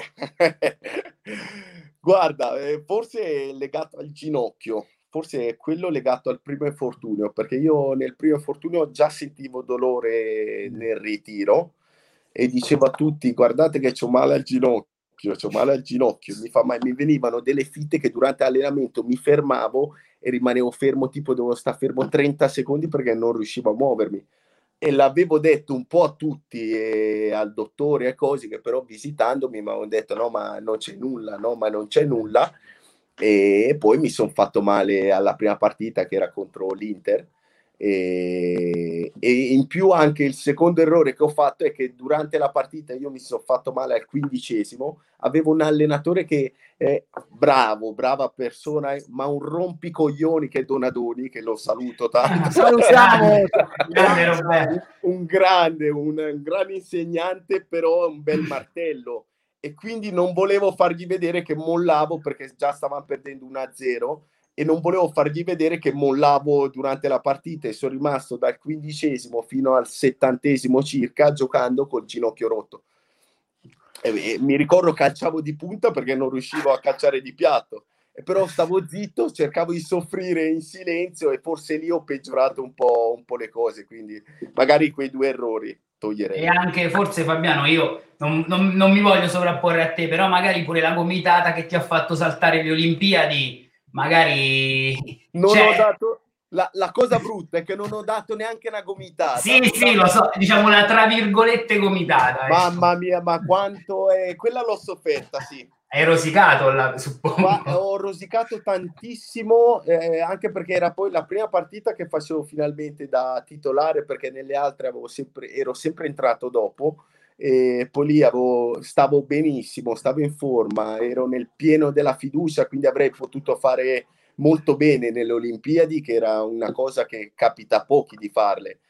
guarda, eh, forse è legato al ginocchio, forse è quello legato al primo infortunio, perché io nel primo infortunio già sentivo dolore nel ritiro e dicevo a tutti: guardate che c'ho male al ginocchio, c'ho male al ginocchio. Mi, fa, ma mi venivano delle fitte che durante l'allenamento mi fermavo e rimanevo fermo, tipo dovevo stare fermo trenta secondi perché non riuscivo a muovermi. E l'avevo detto un po' a tutti, e al dottore e cose, che però visitandomi mi avevano detto: no, ma non c'è nulla, no, ma non c'è nulla. E poi mi sono fatto male alla prima partita, che era contro l'Inter, e, e in più anche il secondo errore che ho fatto è che durante la partita io mi sono fatto male al quindicesimo. Avevo un allenatore che è bravo, brava persona, ma un rompicoglioni, che è Donadoni, che lo saluto tanto. Salutiamo! un, un grande, un, un gran insegnante, però un bel martello. E quindi non volevo fargli vedere che mollavo, perché già stavamo perdendo uno a zero, e non volevo fargli vedere che mollavo durante la partita, e sono rimasto dal quindicesimo fino al settantesimo circa giocando col ginocchio rotto. E, e mi ricordo calciavo di punta perché non riuscivo a calciare di piatto, e però stavo zitto, cercavo di soffrire in silenzio, e forse lì ho peggiorato un po', un po' le cose, quindi magari quei due errori toglierei. E anche forse, Fabiano, io non, non, non mi voglio sovrapporre a te, però magari pure la gomitata che ti ha fatto saltare le Olimpiadi, magari non cioè... ho dato La, la cosa brutta è che non ho dato neanche una gomitata. Sì, sì, lo so, diciamo la tra virgolette gomitata. Mamma mia, ma quanto è... Quella l'ho sofferta, sì. Hai rosicato, la, suppongo. Ma ho rosicato tantissimo, eh, anche perché era poi la prima partita che facevo finalmente da titolare, perché nelle altre avevo sempre, ero sempre entrato dopo. E poi lì avevo, stavo benissimo, stavo in forma, ero nel pieno della fiducia, quindi avrei potuto fare molto bene nelle Olimpiadi, che era una cosa che capita a pochi di farle.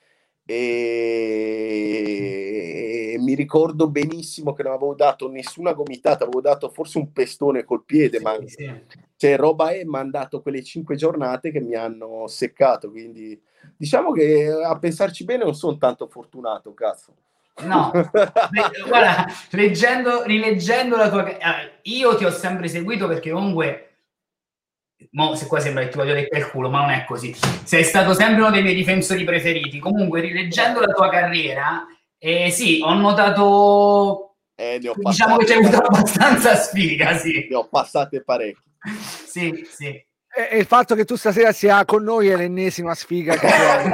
E... e mi ricordo benissimo che non avevo dato nessuna gomitata, avevo dato forse un pestone col piede, sì, ma sì. Cioè, roba è, mi hanno dato quelle cinque giornate che mi hanno seccato, quindi diciamo che a pensarci bene non sono tanto fortunato, cazzo. No, guarda, leggendo, rileggendo la tua... Io ti ho sempre seguito perché comunque... Mo, se qua sembra che ti voglio leccare il culo, ma non è così. Sei stato sempre uno dei miei difensori preferiti. Comunque, rileggendo la tua carriera, eh, sì, ho notato... Eh, ne ho diciamo che c'è avuto abbastanza sfiga, sì. Ne ho passate parecchie. Sì, sì. E il fatto che tu stasera sia con noi è l'ennesima sfiga che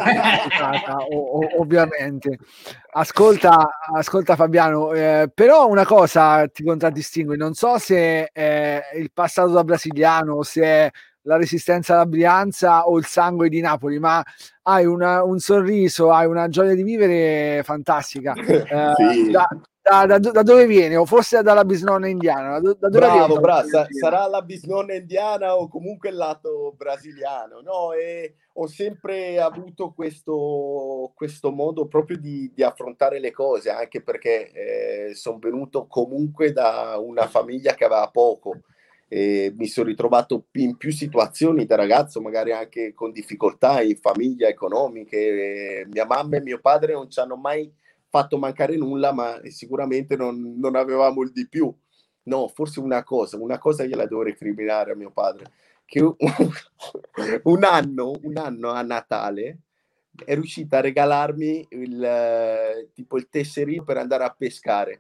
ovviamente. Ascolta, ascolta Fabiano, eh, però una cosa ti contraddistingue, non so se è il passato da brasiliano, se è la resistenza alla Brianza o il sangue di Napoli, ma hai una, un sorriso, hai una gioia di vivere fantastica. Eh, sì. da, Da, da, da dove viene? O forse dalla bisnonna indiana? Da, da dove bravo, bravo. Sa, sarà la bisnonna indiana o comunque il lato brasiliano, no? E ho sempre avuto questo, questo modo proprio di, di affrontare le cose, anche perché eh, sono venuto comunque da una famiglia che aveva poco e mi sono ritrovato in più situazioni da ragazzo, magari anche con difficoltà in famiglia economiche. E mia mamma e mio padre non ci hanno mai fatto mancare nulla, ma sicuramente non, non avevamo il di più. No, forse una cosa, una cosa gliela devo recriminare a mio padre, che un, un anno, un anno a Natale è riuscita a regalarmi il tipo il tesserino per andare a pescare.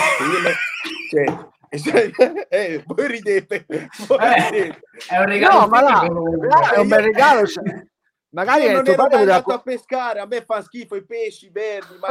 Cioè, cioè, eh, voi ridete, voi eh, ridete. È un regalo, no, ma là, là è un bel regalo. Cioè. Magari io è non tuo ero padre mai andato da... a pescare, a me fa schifo i pesci, i vermi, ma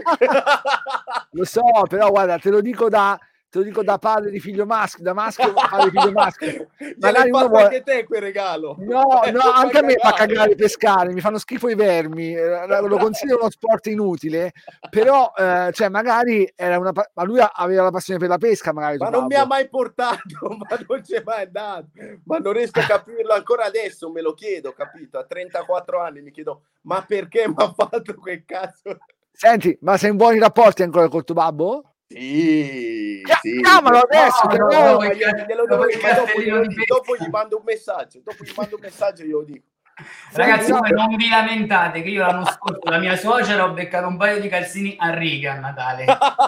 lo so, però guarda, te lo dico da te lo dico da padre di figlio maschio, da maschio padre di figlio maschio. Magari uno vuole... anche te quel regalo. No, no, anche a me fa cagare pescare, mi fanno schifo i vermi, lo considero uno sport inutile, però eh, cioè magari era una ma lui aveva la passione per la pesca, magari. Ma non babbo. Mi ha mai portato, ma non c'è mai andato. Ma non riesco a capirlo ancora adesso, me lo chiedo, capito? A trentaquattro anni mi chiedo, ma perché mi ha fatto quel cazzo? Senti, ma sei in buoni rapporti ancora col tuo babbo? Sì, Chia- sì, chiamalo adesso, no, che no, no, no, glielo, glielo devo, ma dopo, glielo dico, dopo gli mando un messaggio, dopo gli mando un messaggio e glielo dico. Ragazzi, come non vi lamentate che io l'anno scorso la mia suocera ho beccato un paio di calzini a riga a Natale.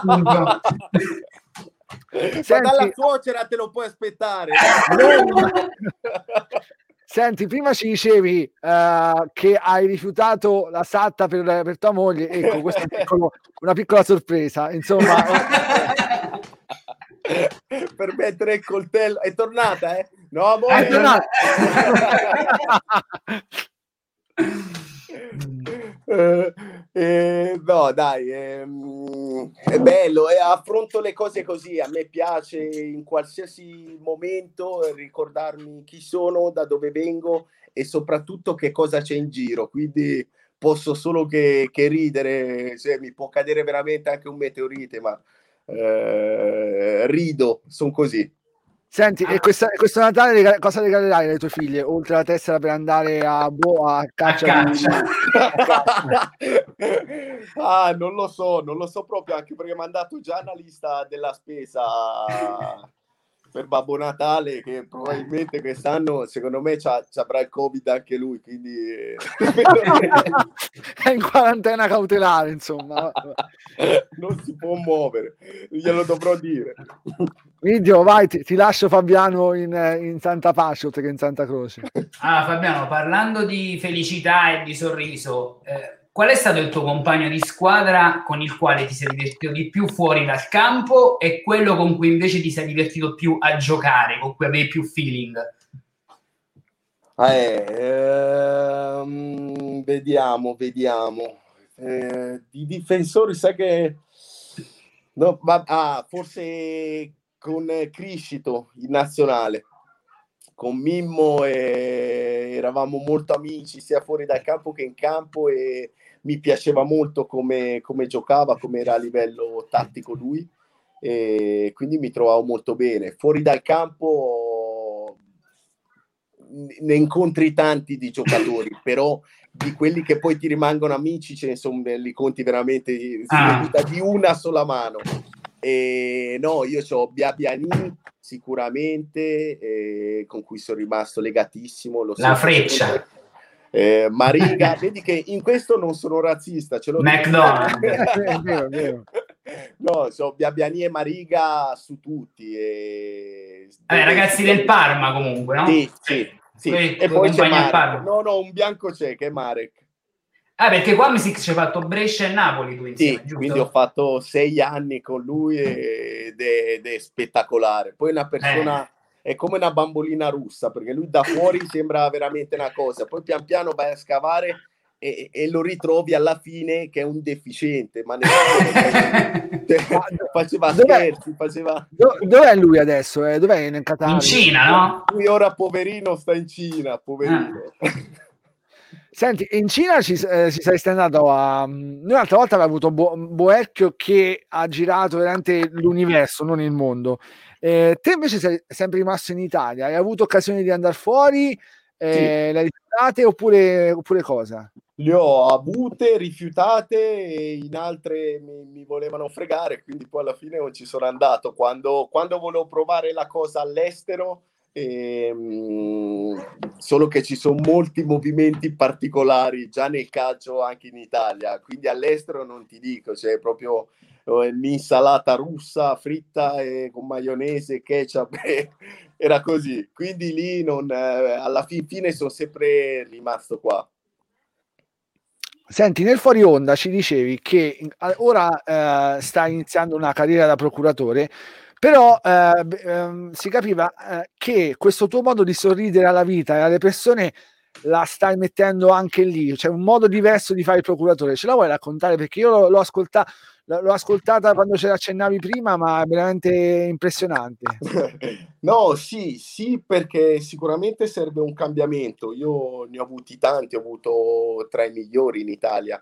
Senti, ma dalla suocera te lo puoi aspettare. Senti, prima ci dicevi uh, che hai rifiutato la satta per, per tua moglie. Ecco, questa è un piccolo, una piccola sorpresa. Insomma, per mettere il coltello. È tornata, eh? No, amore. È tornata. eh, eh, no, dai, eh, è bello, eh, affronto le cose così. A me piace in qualsiasi momento ricordarmi chi sono, da dove vengo e soprattutto che cosa c'è in giro, quindi posso solo che, che ridere, cioè, mi può cadere veramente anche un meteorite, ma eh, rido, sono così. Senti, e questa, questo Natale cosa regalerai alle tue figlie, oltre alla tessera per andare a, boh, a caccia? A caccia. Ah, non lo so, non lo so proprio, anche perché mi hanno dato già una lista della spesa per Babbo Natale, che probabilmente quest'anno, secondo me, ci avrà il Covid anche lui, quindi è in quarantena cautelare, insomma. Non si può muovere, glielo dovrò dire. Video, vai, ti, ti lascio Fabiano in, in Santa Pace oltre che in Santa Croce. Ah, Fabiano, parlando di felicità e di sorriso, eh, qual è stato il tuo compagno di squadra con il quale ti sei divertito di più fuori dal campo e quello con cui invece ti sei divertito più a giocare, con cui avevi più feeling? Eh, ehm, vediamo, vediamo. Eh, di difensori, sai che... No, ma, ah, forse con Criscito in nazionale. Con Mimmo e eravamo molto amici sia fuori dal campo che in campo e mi piaceva molto come, come giocava, come era a livello tattico lui e quindi mi trovavo molto bene. Fuori dal campo ne incontri tanti di giocatori, però di quelli che poi ti rimangono amici ce ne sono, li conti veramente ah. di una sola mano. E no, io ho Biabiani sicuramente, eh, con cui sono rimasto legatissimo. Lo la freccia. Eh, Mariga, vedi che in questo non sono razzista. Ce l'ho McDonald's. No, so Biabiani e Mariga su tutti. E... Eh, ragazzi del Parma comunque, no? Sì, sì. sì. Poi, e poi c'è Marek. No, no, un bianco c'è, che è Marek. Ah, perché qua mi si è fatto Brescia e Napoli tu insieme, sì, quindi ho fatto sei anni con lui ed è, ed è spettacolare. Poi una persona eh. è come una bambolina russa, perché lui da fuori sembra veramente una cosa, poi pian piano vai a scavare e, e lo ritrovi alla fine che è un deficiente, ma nessuno faceva scherzi, faceva... Dov'è lui adesso? Eh? Dov'è in Qatar? In Cina, no? Lui ora poverino sta in Cina, poverino. Ah. Senti, in Cina ci, eh, ci sei andato a... Noi l'altra volta avevamo avuto Bo- Boerchio che ha girato veramente l'universo, non il mondo. Eh, te invece sei sempre rimasto in Italia, hai avuto occasione di andare fuori, eh, sì. Le rifiutate oppure, oppure cosa? Le ho avute, rifiutate e in altre mi, mi volevano fregare, quindi poi alla fine non ci sono andato. Quando, quando volevo provare la cosa all'estero, Ehm, solo che ci sono molti movimenti particolari già nel calcio anche in Italia, quindi all'estero non ti dico, c'è proprio eh, l'insalata russa fritta e con maionese, ketchup, eh, era così, quindi lì non, eh, alla fi- fine sono sempre rimasto qua. Senti, nel fuori onda ci dicevi che ora eh, stai iniziando una carriera da procuratore, però eh, ehm, si capiva eh, che questo tuo modo di sorridere alla vita e alle persone la stai mettendo anche lì, cioè un modo diverso di fare il procuratore. Ce la vuoi raccontare? Perché io l'ho ascoltata, l'ho ascoltata quando ce l'accennavi prima, ma è veramente impressionante. No, sì, sì, perché sicuramente serve un cambiamento. Io ne ho avuti tanti, ho avuto tra i migliori in Italia.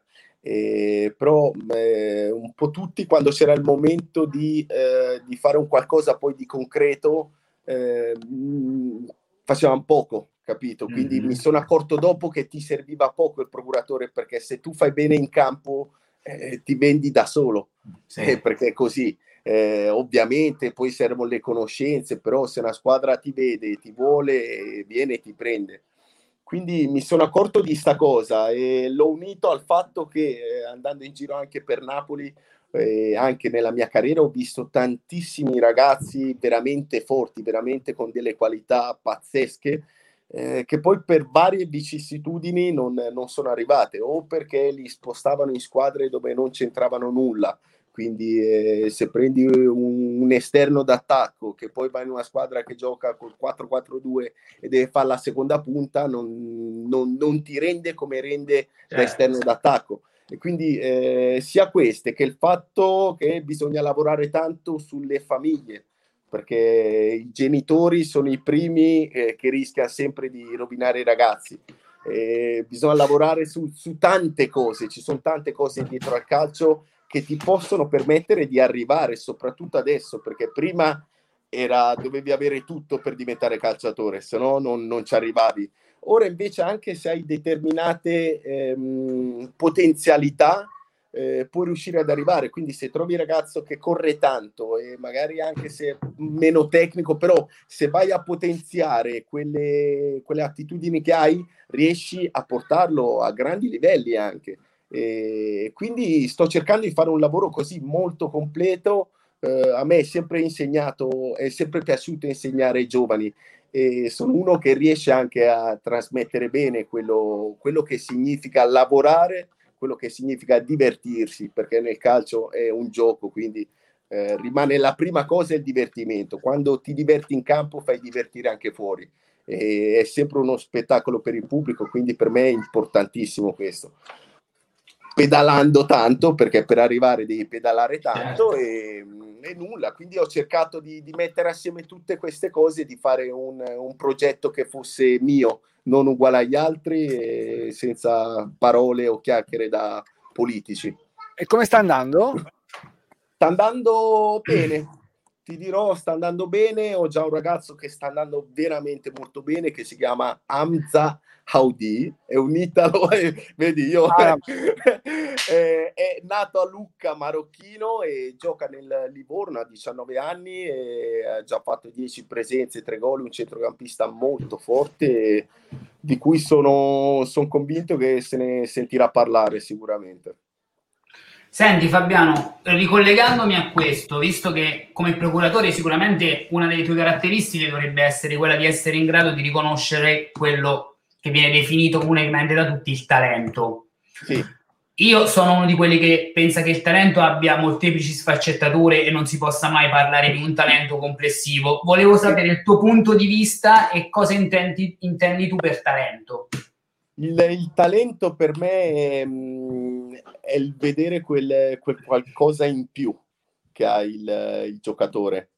Eh, però eh, un po' tutti quando c'era il momento di, eh, di fare un qualcosa poi di concreto eh, mh, facevano poco, capito? Quindi mm-hmm. mi sono accorto dopo che ti serviva poco il procuratore, perché se tu fai bene in campo eh, ti vendi da solo, sì. eh, perché è così. Eh, ovviamente poi servono le conoscenze, però se una squadra ti vede, ti vuole, viene e ti prende. Quindi mi sono accorto di sta cosa e l'ho unito al fatto che eh, andando in giro anche per Napoli, eh, anche nella mia carriera, ho visto tantissimi ragazzi veramente forti, veramente con delle qualità pazzesche, eh, che poi per varie vicissitudini non, non sono arrivate, o perché li spostavano in squadre dove non c'entravano nulla. Quindi eh, se prendi un, un esterno d'attacco che poi va in una squadra che gioca col quattro quattro due e deve fare la seconda punta, non, non, non ti rende come rende certo. l'esterno d'attacco. E quindi eh, sia queste che il fatto che bisogna lavorare tanto sulle famiglie, perché i genitori sono i primi eh, che rischiano sempre di rovinare i ragazzi. Eh, bisogna lavorare su, su tante cose, ci sono tante cose dietro al calcio che ti possono permettere di arrivare, soprattutto adesso, perché prima era, dovevi avere tutto per diventare calciatore, se no non, non ci arrivavi. Ora invece, anche se hai determinate ehm, potenzialità, eh, puoi riuscire ad arrivare. Quindi se trovi il ragazzo che corre tanto e magari anche se meno tecnico, però se vai a potenziare quelle, quelle attitudini che hai, riesci a portarlo a grandi livelli anche. E quindi sto cercando di fare un lavoro così molto completo. Eh, a me è sempre insegnato, è sempre piaciuto insegnare ai giovani e sono uno che riesce anche a trasmettere bene quello, quello che significa lavorare, quello che significa divertirsi, perché nel calcio è un gioco, quindi eh, rimane la prima cosa il divertimento. Quando ti diverti in campo fai divertire anche fuori e è sempre uno spettacolo per il pubblico, quindi per me è importantissimo questo. Pedalando tanto, perché per arrivare devi pedalare tanto, e, e nulla, quindi ho cercato di, di mettere assieme tutte queste cose e di fare un, un progetto che fosse mio, non uguale agli altri, e senza parole o chiacchiere da politici. E come sta andando? Sta andando bene, ti dirò, sta andando bene. Ho già un ragazzo che sta andando veramente molto bene, che si chiama Hamza Haudi, è un italo, eh, vedi io, ah. è, è nato a Lucca, marocchino, e gioca nel Livorno, ha diciannove anni e ha già fatto dieci presenze, tre gol, un centrocampista molto forte, di cui sono, sono convinto che se ne sentirà parlare sicuramente. Senti Fabiano, ricollegandomi a questo, visto che come procuratore sicuramente una delle tue caratteristiche dovrebbe essere quella di essere in grado di riconoscere quello che viene definito comunemente da tutti il talento. Sì. Io sono uno di quelli che pensa che il talento abbia molteplici sfaccettature e non si possa mai parlare di un talento complessivo. Volevo sapere il tuo punto di vista e cosa intendi, intendi tu per talento. Il, il talento per me è, è il vedere quel, quel qualcosa in più che ha il, il giocatore.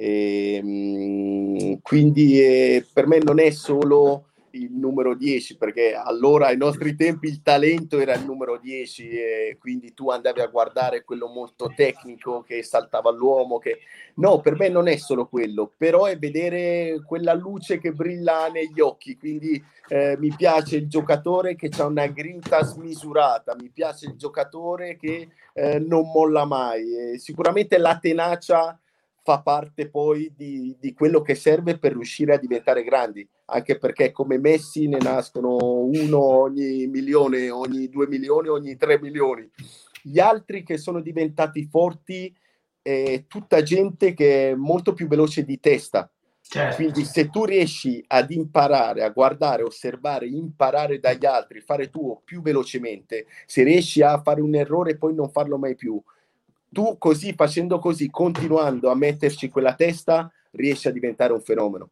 E, quindi eh, per me non è solo il numero dieci, perché allora ai nostri tempi il talento era il numero dieci e quindi tu andavi a guardare quello molto tecnico che saltava l'uomo, che no, per me non è solo quello, però è vedere quella luce che brilla negli occhi, quindi eh, mi piace il giocatore che ha una grinta smisurata, mi piace il giocatore che eh, non molla mai, e sicuramente la tenacia fa parte poi di, di quello che serve per riuscire a diventare grandi, anche perché come Messi ne nascono uno ogni milione, ogni due milioni, ogni tre milioni. Gli altri che sono diventati forti è tutta gente che è molto più veloce di testa. Certo. Quindi se tu riesci ad imparare, a guardare, osservare, imparare dagli altri, fare tuo più velocemente, se riesci a fare un errore e poi non farlo mai più, tu così, facendo così, continuando a metterci quella testa, riesci a diventare un fenomeno.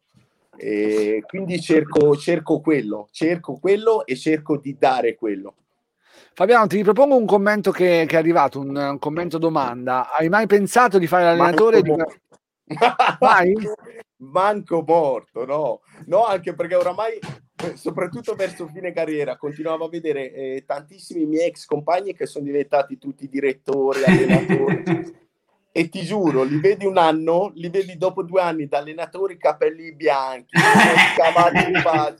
E quindi cerco, cerco quello, cerco quello e cerco di dare quello. Fabiano, ti ripropongo un commento che, che è arrivato, un, un commento domanda. Hai mai pensato di fare l'allenatore? Manco, Di... Mai? Manco morto, no. No, anche perché oramai, soprattutto verso fine carriera, continuavo a vedere eh, tantissimi miei ex compagni che sono diventati tutti direttori, allenatori. E ti giuro, li vedi un anno, li vedi dopo due anni da allenatori, capelli bianchi, scavati di base.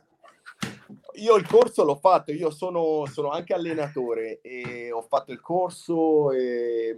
Io il corso l'ho fatto, io sono, sono anche allenatore e ho fatto il corso e,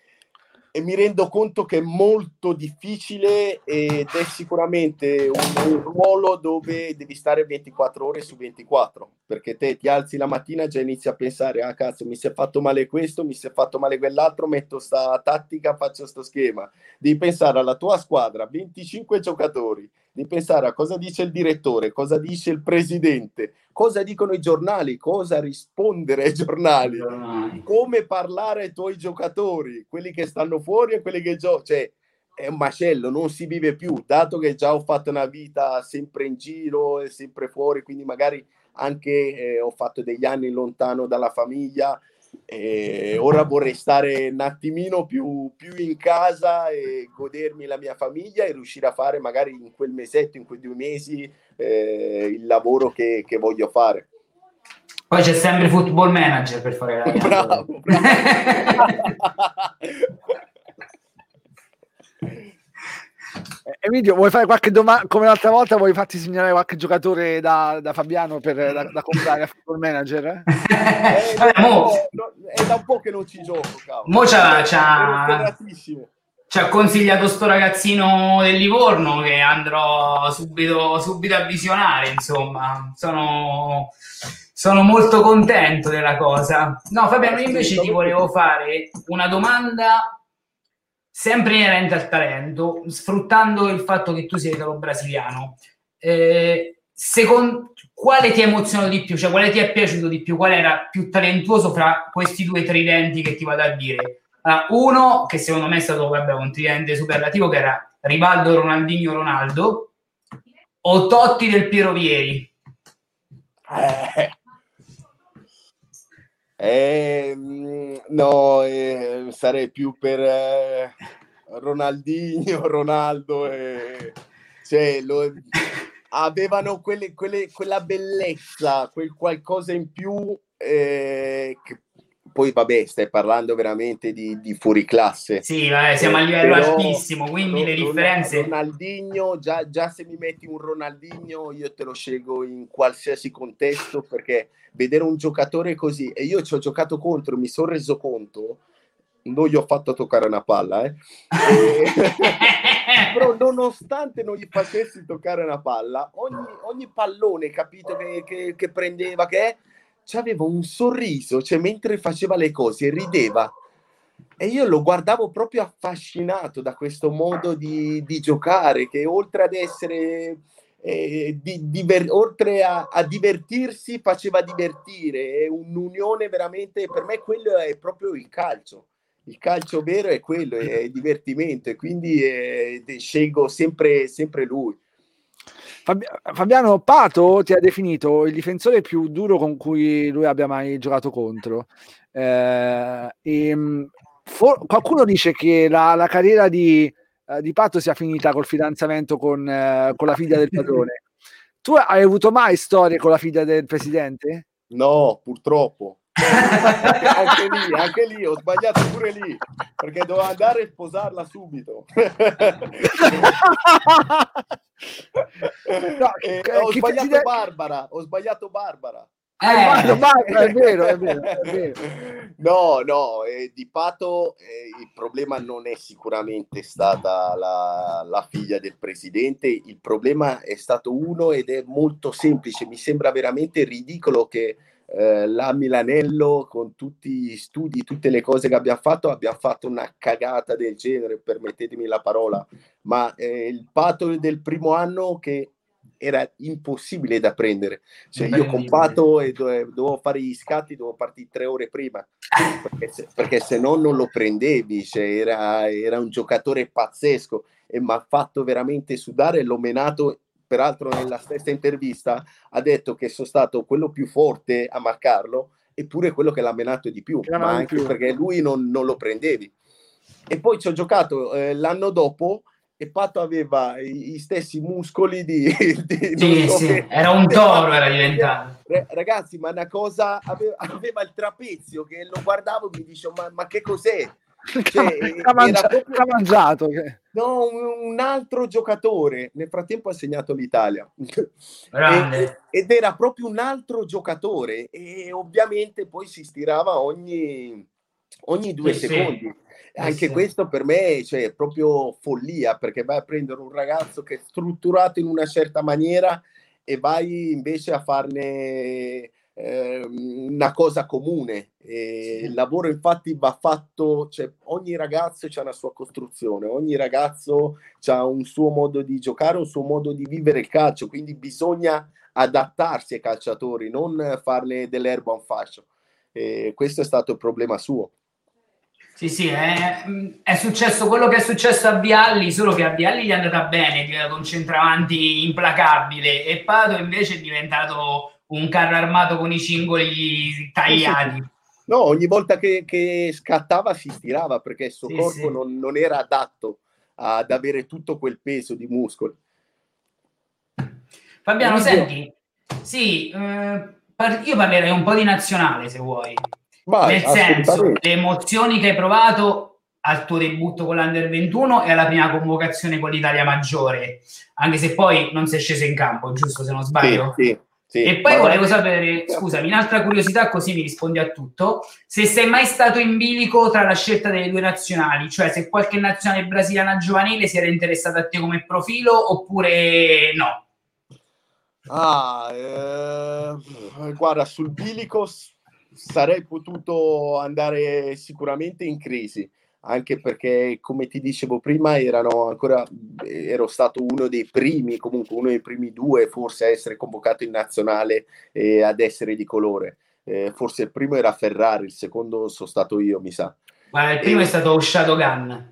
e mi rendo conto che è molto difficile ed è sicuramente un, un ruolo dove devi stare ventiquattro ore su ventiquattro, perché te ti alzi la mattina e già inizi a pensare, ah cazzo, mi si è fatto male questo, mi si è fatto male quell'altro, metto sta tattica, faccio sto schema. Devi pensare alla tua squadra, venticinque giocatori, devi pensare a cosa dice il direttore, cosa dice il presidente, cosa dicono i giornali, cosa rispondere ai giornali, come parlare ai tuoi giocatori, quelli che stanno fuori e quelli che giocano. Cioè, è un macello, non si vive più, dato che già ho fatto una vita sempre in giro e sempre fuori, quindi magari anche eh, ho fatto degli anni lontano dalla famiglia. E ora vorrei stare un attimino più, più in casa e godermi la mia famiglia e riuscire a fare magari in quel mesetto, in quei due mesi eh, il lavoro che, che voglio fare. Poi c'è sempre Football Manager per fare la bravo, bravo. Emilio, vuoi fare qualche domanda? Come l'altra volta, vuoi farti segnalare qualche giocatore da, da Fabiano per, da, da comprare a Football Manager? Eh? Eh, Vabbè, no, mo... no, è da un po' che non ci gioco, cavolo. Mo c'ha, c'ha... ci ha consigliato sto ragazzino del Livorno che andrò subito, subito a visionare, insomma. Sono, sono molto contento della cosa. No, Fabiano, invece ti volevo fare una domanda sempre inerente al talento, sfruttando il fatto che tu sei italo-brasiliano. Eh, secondo, quale ti ha emozionato di più? Cioè, quale ti è piaciuto di più? Qual era più talentuoso fra questi due tridenti che ti vado a dire? Uh, uno, che secondo me è stato vabbè, un tridente superlativo, che era Rivaldo, Ronaldinho, Ronaldo, o Totti del Piero Vieri? Eh. Eh, no, eh, sarei più per eh, Ronaldinho, Ronaldo. Eh, cioè, lo, avevano quelle, quelle, quella bellezza, quel qualcosa in più. Eh, che, poi, vabbè, stai parlando veramente di, di fuoriclasse. Sì, vabbè, siamo eh, a livello altissimo, quindi Ro- le differenze... Ronaldinho, già, già se mi metti un Ronaldinho, io te lo scelgo in qualsiasi contesto, perché vedere un giocatore così, e io ci ho giocato contro, mi sono reso conto, non gli ho fatto toccare una palla, eh. E... però nonostante non gli facessi toccare una palla, ogni, ogni pallone, capito, che, che, che prendeva, che c'aveva un sorriso, cioè mentre faceva le cose rideva, e io lo guardavo proprio affascinato da questo modo di, di giocare, che oltre ad essere eh, di, diver, oltre a, a divertirsi faceva divertire. È un'unione veramente, per me quello è proprio il calcio. Il calcio vero è quello, è divertimento, e quindi eh, scelgo sempre, sempre lui. Fabiano, Pato ti ha definito il difensore più duro con cui lui abbia mai giocato contro. Eh, e, for, qualcuno dice che la, la carriera di, uh, di Pato sia finita col fidanzamento con, uh, con la figlia del padrone. Tu hai avuto mai storie con la figlia del presidente? No, purtroppo. anche, anche lì, anche lì ho sbagliato pure lì, perché dovevo andare a sposarla subito. No, eh, ho sbagliato presidente... Barbara, ho sbagliato Barbara. Eh, eh. Barbara, è vero, è vero, è vero. No, no, eh, di Pato eh, il problema non è sicuramente stata la, la figlia del presidente, il problema è stato uno, ed è molto semplice. Mi sembra veramente ridicolo che eh, la Milanello, con tutti gli studi, tutte le cose che abbia fatto, abbia fatto una cagata del genere, permettetemi la parola, ma eh, il Pato del primo anno che era impossibile da prendere, cioè io con Pato e dove, dovevo fare gli scatti, dovevo partire tre ore prima, perché se, perché se no non lo prendevi, cioè era, era un giocatore pazzesco, e mi ha fatto veramente sudare. L'ho menato, peraltro nella stessa intervista ha detto che sono stato quello più forte a marcarlo, eppure quello che l'ha menato di più, Era ma di anche più. perché lui non, non lo prendevi. E poi ci ho giocato eh, l'anno dopo, e Pato aveva i, i stessi muscoli di, di sì, so sì. Che, era un toro, era diventato. Ragazzi, ma una cosa, aveva, aveva il trapezio, che lo guardavo e mi dicevo, ma, ma che cos'è? Cioè, ha, mangia- proprio... ha mangiato che... no, un, un altro giocatore. Nel frattempo ha segnato l'Italia e, ed era proprio un altro giocatore, e ovviamente poi si stirava ogni, ogni due sì, secondi sì. Anche sì. questo per me, cioè, è proprio follia, perché vai a prendere un ragazzo che è strutturato in una certa maniera e vai invece a farne eh, una cosa comune. E sì. Il lavoro infatti va fatto, cioè, ogni ragazzo ha una sua costruzione, ogni ragazzo ha un suo modo di giocare, un suo modo di vivere il calcio, quindi bisogna adattarsi ai calciatori, non farne dell'erba un fascio. E questo è stato il problema suo. Sì, sì, è, è successo quello che è successo a Vialli, solo che a Vialli gli è andata bene, è diventato un centravanti implacabile, e Pato invece è diventato un carro armato con i cingoli tagliati. Sì, sì. No, ogni volta che, che scattava si stirava, perché il suo sì, corpo sì. Non, non era adatto ad avere tutto quel peso di muscoli. Fabiano, senti, sì, eh, io parlerei un po' di nazionale, se vuoi. Vai, nel senso, le emozioni che hai provato al tuo debutto con l'Under ventuno e alla prima convocazione con l'Italia maggiore, anche se poi non sei sceso in campo, giusto, se non sbaglio? Sì, sì, sì. E poi volevo sapere, scusami, un'altra curiosità, così mi rispondi a tutto, se sei mai stato in bilico tra la scelta delle due nazionali, cioè se qualche nazionale brasiliana giovanile si era interessata a te come profilo oppure no? Ah, eh, guarda, sul bilico sarei potuto andare sicuramente in crisi, anche perché, come ti dicevo prima, erano ancora, ero stato uno dei primi, comunque uno dei primi due forse a essere convocato in nazionale e ad essere di colore. Eh, forse il primo era Ferrari, il secondo sono stato io, mi sa. Guarda, il primo e... è stato Shadogan.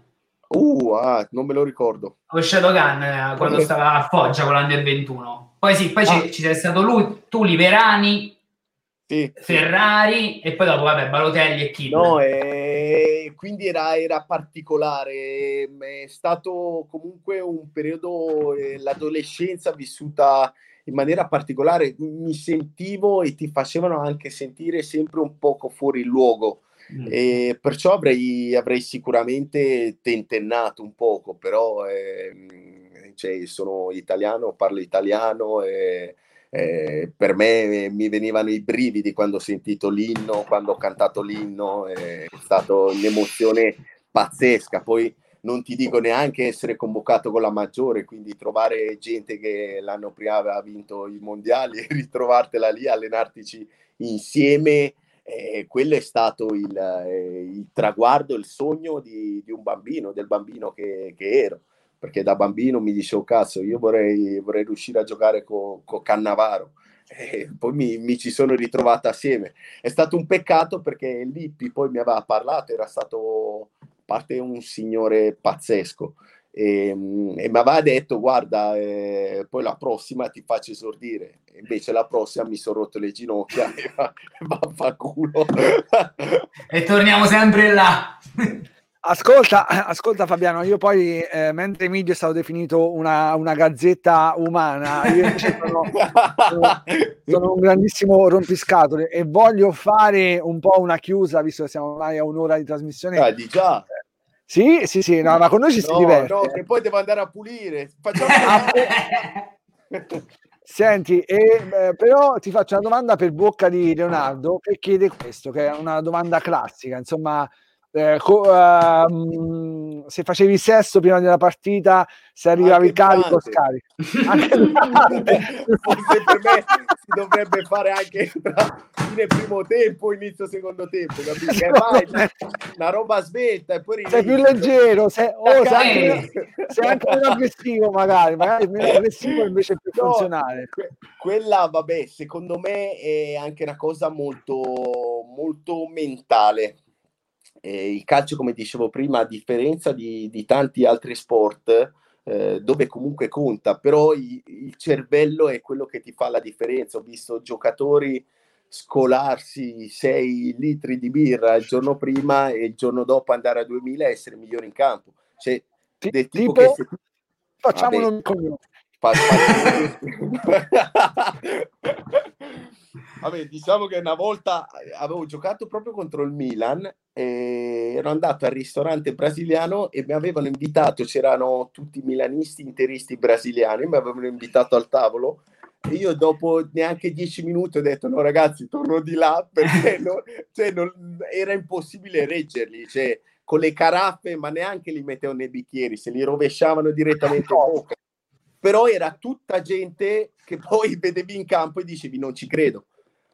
Uh, ah, non me lo ricordo. Con Shadowgun eh, quando okay. stava a Foggia con l'Under ventuno. Poi sì, poi ah. ci sei stato lui, tu, Liverani, sì, Ferrari sì. E poi dopo vabbè Balotelli e Kidd. No, eh, quindi era, era particolare, è stato comunque un periodo, eh, l'adolescenza vissuta in maniera particolare, mi sentivo e ti facevano anche sentire sempre un poco fuori luogo. Mm. E perciò avrei, avrei sicuramente tentennato un poco, però eh, cioè, sono italiano, parlo italiano e eh, per me mi venivano i brividi quando ho sentito l'inno, quando ho cantato l'inno, è stata un'emozione pazzesca. Poi non ti dico neanche essere convocato con la maggiore, quindi trovare gente che l'anno prima aveva vinto i mondiali e ritrovartela lì, allenartici insieme. Eh, quello è stato il, eh, il traguardo, il sogno di, di un bambino, del bambino che, che ero, perché da bambino mi dicevo cazzo, io vorrei, vorrei riuscire a giocare con co Cannavaro, e poi mi, mi ci sono ritrovato assieme. È stato un peccato perché Lippi poi mi aveva parlato, era stato a parte un signore pazzesco, e, e mi aveva detto guarda eh, poi la prossima ti faccio esordire, e invece la prossima mi sono rotto le ginocchia e va, va fa culo. E torniamo sempre là. Ascolta, ascolta Fabiano, io poi eh, mentre Emilio è stato definito una, una gazzetta umana, io invece sono, sono, sono un grandissimo rompiscatole e voglio fare un po' una chiusa, visto che siamo ormai a un'ora di trasmissione. Ah, di già. Sì, sì, sì, no, ma con noi ci si no, diverte. No, che poi devo andare a pulire. Facciamo Senti, e, eh, però ti faccio una domanda per bocca di Leonardo, che chiede questo, che è una domanda classica, insomma, eh, co- uh, se facevi sesso prima della partita, se arrivavi anche carico o scarico. Forse per me si dovrebbe fare anche tra fine primo tempo, inizio secondo tempo, capito? Che vai, una roba svelta e poi sei più leggero, sei, oh, sei, anche, sei anche meno aggressivo magari, magari meno aggressivo invece più no, funzionale. Que- quella, vabbè, secondo me è anche una cosa molto, molto mentale. Eh, il calcio, come dicevo prima, a differenza di, di tanti altri sport, eh, dove comunque conta, però i, il cervello è quello che ti fa la differenza. Ho visto giocatori scolarsi sei litri di birra il giorno prima e il giorno dopo andare a duemila e essere migliori in campo. Cioè, del tipo, tipo che se... facciamolo un cognome. Vabbè, diciamo che una volta avevo giocato proprio contro il Milan e ero andato al ristorante brasiliano e mi avevano invitato, c'erano tutti milanisti interisti brasiliani, mi avevano invitato al tavolo e io dopo neanche dieci minuti ho detto no ragazzi, torno di là perché no, cioè, non, era impossibile reggerli, cioè con le caraffe, ma neanche li mettevano nei bicchieri, se li rovesciavano direttamente in bocca. Però era tutta gente che poi vedevi in campo e dicevi non ci credo.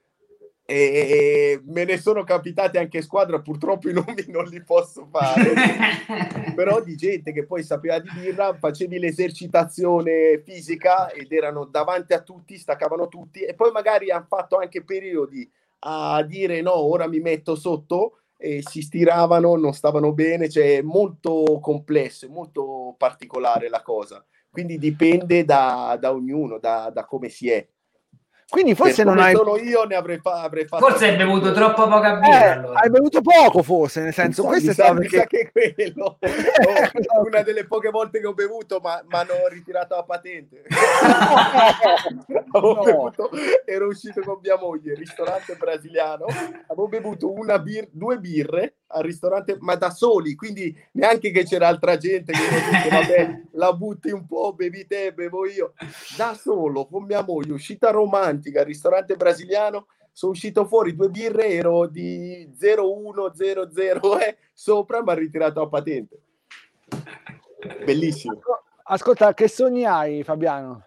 E me ne sono capitati anche in squadra, purtroppo i nomi non li posso fare, però di gente che poi sapeva di birra, facevi l'esercitazione fisica ed erano davanti a tutti, staccavano tutti e poi magari hanno fatto anche periodi a dire no, ora mi metto sotto e si stiravano, non stavano bene, cioè è molto complesso, è molto particolare la cosa. Quindi dipende da, da ognuno, da, da come si è. Quindi forse per non hai... sono io ne avrei, fa- avrei fatto... Forse hai bevuto troppa poca birra. Eh, allora. Hai bevuto poco forse, nel senso... Mi questo sa, è mi perché... sa che quello oh, una delle poche volte che ho bevuto, ma mi hanno ritirato la patente. Avevo No. bevuto, ero uscito con mia moglie al ristorante brasiliano, avevo bevuto una bir- due birre al ristorante, ma da soli, quindi neanche che c'era altra gente che dice vabbè, la butti un po', bevi te, bevo io. Da solo, con mia moglie, uscita romantica al ristorante brasiliano, sono uscito fuori due birre, ero di zero uno zero zero eh, sopra, mi ha ritirato la patente. Bellissimo. Ascolta, che sogni hai, Fabiano?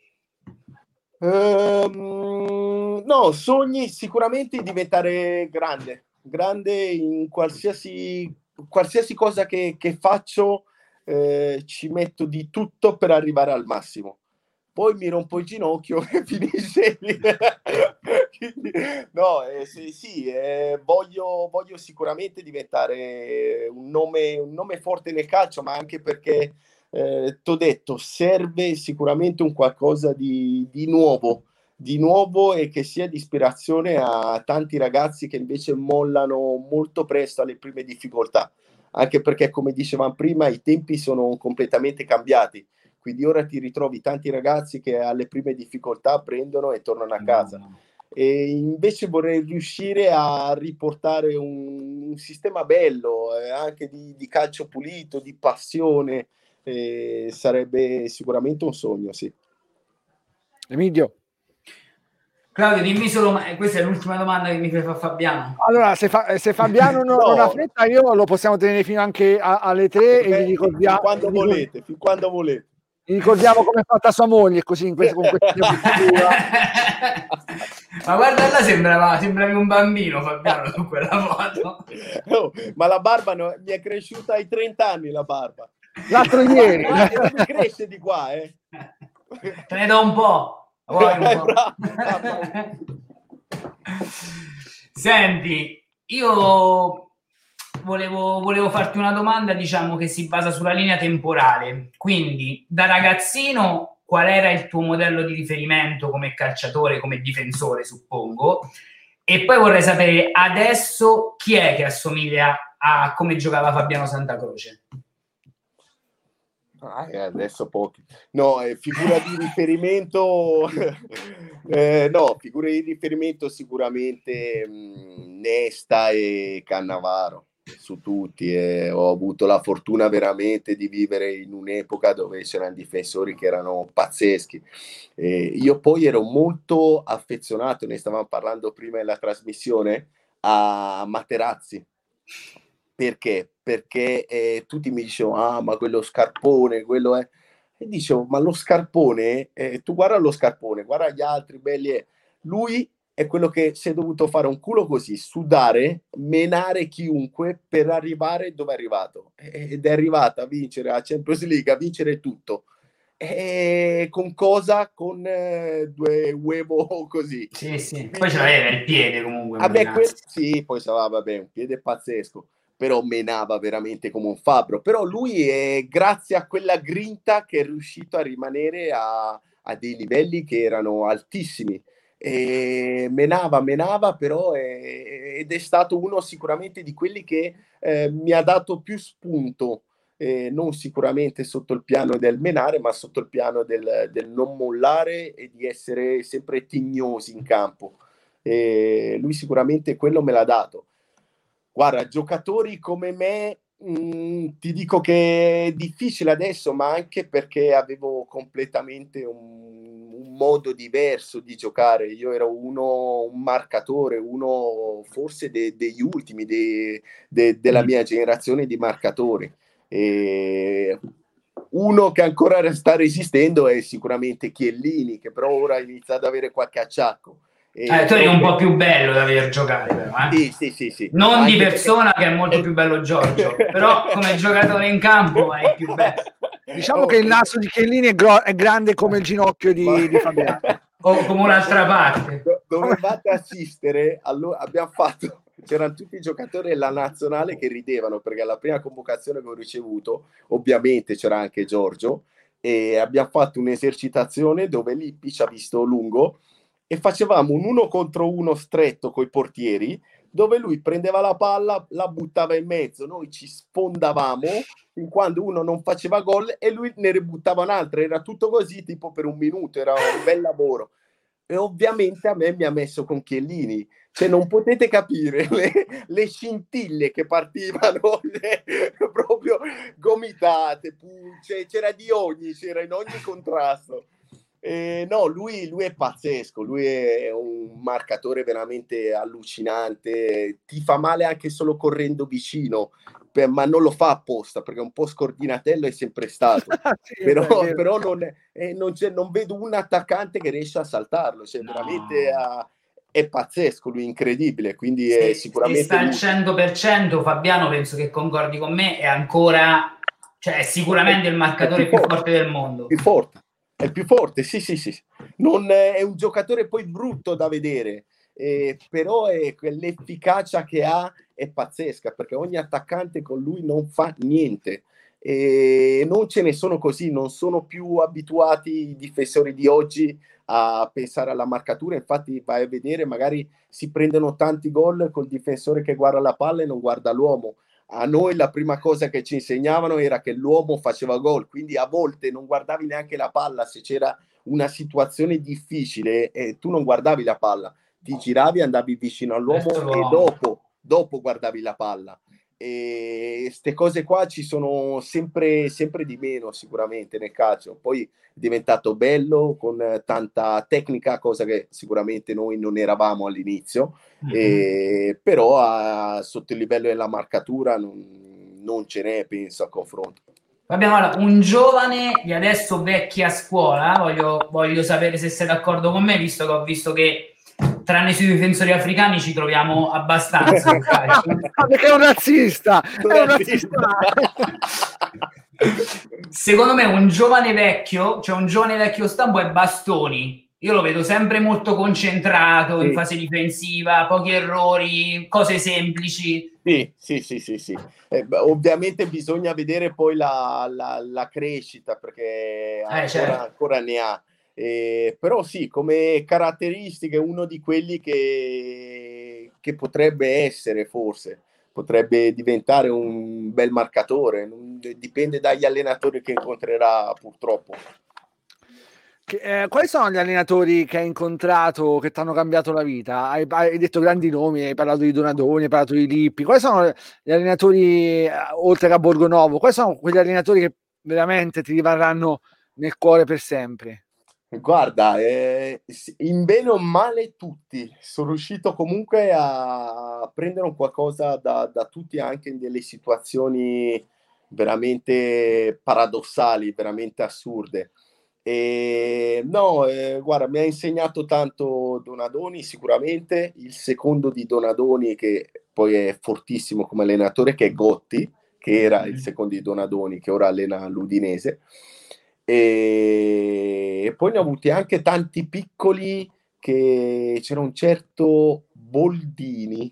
Um, no, sogni sicuramente diventare grande, grande in qualsiasi, qualsiasi cosa che, che faccio, eh, ci metto di tutto per arrivare al massimo. poi mi rompo il ginocchio e finisce lì. Quindi, no, eh, sì, sì eh, voglio, voglio sicuramente diventare un nome, un nome forte nel calcio, ma anche perché eh, t'ho detto, serve sicuramente un qualcosa di, di nuovo, di nuovo e che sia di ispirazione a tanti ragazzi che invece mollano molto presto alle prime difficoltà, anche perché, come dicevamo prima, i tempi sono completamente cambiati. Quindi ora ti ritrovi tanti ragazzi che alle prime difficoltà prendono e tornano a casa. E invece vorrei riuscire a riportare un, un sistema bello, eh, anche di, di calcio pulito, di passione. Eh, sarebbe sicuramente un sogno, sì. Emilio. Claudio, dimmi solo, questa è l'ultima domanda che mi fa Fabiano. Allora, se, fa, se Fabiano non, no. non ha fretta, io lo possiamo tenere fino anche a, alle tre e vi ricordiamo... Fin quando volete, fin quando volete. Vi ricordiamo come è fatta sua moglie, così in questo, con questa ma guarda, là sembrava, sembravi un bambino, Fabiano, con quella foto. Oh, ma la barba no, mi è cresciuta ai trenta anni, la barba. L'altro ieri. Ma mi cresce di qua, eh. Te ne do un po'. Vuoi un po'? Senti, io... Volevo, volevo farti una domanda, diciamo, che si basa sulla linea temporale. Quindi, da ragazzino, qual era il tuo modello di riferimento come calciatore, come difensore, suppongo? E poi vorrei sapere adesso chi è che assomiglia a come giocava Fabiano Santacroce. Ah, adesso pochi. No, eh, figura di riferimento... eh, no, figura di riferimento sicuramente mh, Nesta e Cannavaro. Su tutti, eh, ho avuto la fortuna veramente di vivere in un'epoca dove c'erano difensori che erano pazzeschi. Eh, io poi ero molto affezionato, ne stavamo parlando prima nella trasmissione, a Materazzi. Perché? Perché eh, tutti mi dicevano, ah, ma quello scarpone, quello è... E dicevo, ma lo scarpone, eh, tu guarda lo scarpone, guarda gli altri belli, eh. Lui è quello che si è dovuto fare un culo così, sudare, menare chiunque per arrivare dove è arrivato. Ed è arrivato a vincere la Champions League, a vincere tutto. E con cosa? Con eh, due uovo così. Sì, sì. Quindi, poi ce l'aveva il piede comunque. Vabbè, quel, sì, poi sarà, vabbè, un piede pazzesco. Però menava veramente come un fabbro. Però lui è grazie a quella grinta che è riuscito a rimanere a, a dei livelli che erano altissimi. E menava, menava, però è, ed è stato uno sicuramente di quelli che eh, mi ha dato più spunto, eh, non sicuramente sotto il piano del menare, ma sotto il piano del, del non mollare e di essere sempre tignosi in campo. E lui sicuramente quello me l'ha dato. Guarda, giocatori come me, mh, ti dico che è difficile adesso, ma anche perché avevo completamente un, un modo diverso di giocare. Io ero uno, un marcatore, uno forse de, degli ultimi de, de, della mia generazione di marcatori. E uno che ancora sta resistendo è sicuramente Chiellini, che però ora inizia ad avere qualche acciacco. Eh, tu eri un po' più bello da vedere giocare, però, eh? Sì, sì, sì, sì. Non anche di persona, perché... che è molto più bello Giorgio, però come giocatore in campo è più bello. Diciamo oh, che il naso di Chiellini è, gro- è grande come il ginocchio di, ma... di Fabiano. O come un'altra parte. Dovevate assistere, allora abbiamo fatto, c'erano tutti i giocatori della nazionale che ridevano, perché alla prima convocazione che ho ricevuto, ovviamente c'era anche Giorgio, e abbiamo fatto un'esercitazione dove Lippi ci ha visto lungo, e facevamo un uno contro uno stretto coi portieri, dove lui prendeva la palla, la buttava in mezzo, noi ci sfondavamo fin quando uno non faceva gol e lui ne ributtava un'altra. Era tutto così tipo per un minuto, era un bel lavoro. E ovviamente a me mi ha messo con Chiellini, cioè non potete capire le, le scintille che partivano, le, proprio gomitate, pulce, c'era di ogni, c'era in ogni contrasto. Eh, no, lui, lui è pazzesco, lui è un marcatore veramente allucinante, ti fa male anche solo correndo vicino, per, ma non lo fa apposta, perché un po' scordinatello è sempre stato, sì, però, però non, eh, non, c'è, non vedo un attaccante che riesce a saltarlo, cioè no. veramente a, è pazzesco, lui è incredibile, quindi se, è sicuramente... Se sta al cento per cento, Fabiano, penso che concordi con me, è ancora, cioè è sicuramente il marcatore più forte, più forte del mondo. Più forte. È il più forte, sì, sì, sì. Non è un giocatore poi brutto da vedere, eh, però è, l'efficacia che ha è pazzesca, perché ogni attaccante con lui non fa niente. E non ce ne sono così, non sono più abituati i difensori di oggi a pensare alla marcatura. Infatti vai a vedere, magari si prendono tanti gol col difensore che guarda la palla e non guarda l'uomo. A noi la prima cosa che ci insegnavano era che l'uomo faceva gol, quindi a volte non guardavi neanche la palla. Se c'era una situazione difficile e tu non guardavi la palla, ti giravi, andavi vicino all'uomo e dopo, dopo guardavi la palla. E queste cose qua ci sono sempre, sempre di meno sicuramente nel calcio. Poi è diventato bello con tanta tecnica, cosa che sicuramente noi non eravamo all'inizio. Mm-hmm. E, però a, sotto il livello della marcatura non, non ce n'è, penso, a confronto. Abbiamo allora, un giovane di adesso vecchi a scuola, voglio, voglio sapere se sei d'accordo con me, visto che ho visto che tranne sui difensori africani ci troviamo abbastanza in calcio. Perché è un razzista, è un razzista. Secondo me un giovane vecchio, cioè un giovane vecchio stampo è Bastoni. Io lo vedo sempre molto concentrato, sì, in fase difensiva, pochi errori, cose semplici. Sì, sì, sì, sì, sì. Eh, ovviamente bisogna vedere poi la, la, la crescita, perché eh, ancora, certo. ancora ne ha. Eh, però sì, come caratteristiche uno di quelli che, che potrebbe essere, forse potrebbe diventare un bel marcatore. Dipende dagli allenatori che incontrerà, purtroppo. Che, eh, quali sono gli allenatori che hai incontrato che ti hanno cambiato la vita? Hai, hai detto grandi nomi, hai parlato di Donadoni, hai parlato di Lippi. Quali sono gli allenatori, oltre che a Borgonovo, quali sono quegli allenatori che veramente ti rimarranno nel cuore per sempre? Guarda, eh, in bene o male tutti. Sono riuscito comunque a prendere un qualcosa da, da tutti, anche in delle situazioni veramente paradossali, veramente assurde. E no, eh, guarda, mi ha insegnato tanto Donadoni, sicuramente. Il secondo di Donadoni, che poi è fortissimo come allenatore, che è Gotti, che era il secondo di Donadoni, che ora allena l'Udinese. E poi ne ho avuti anche tanti piccoli, che c'era un certo Boldini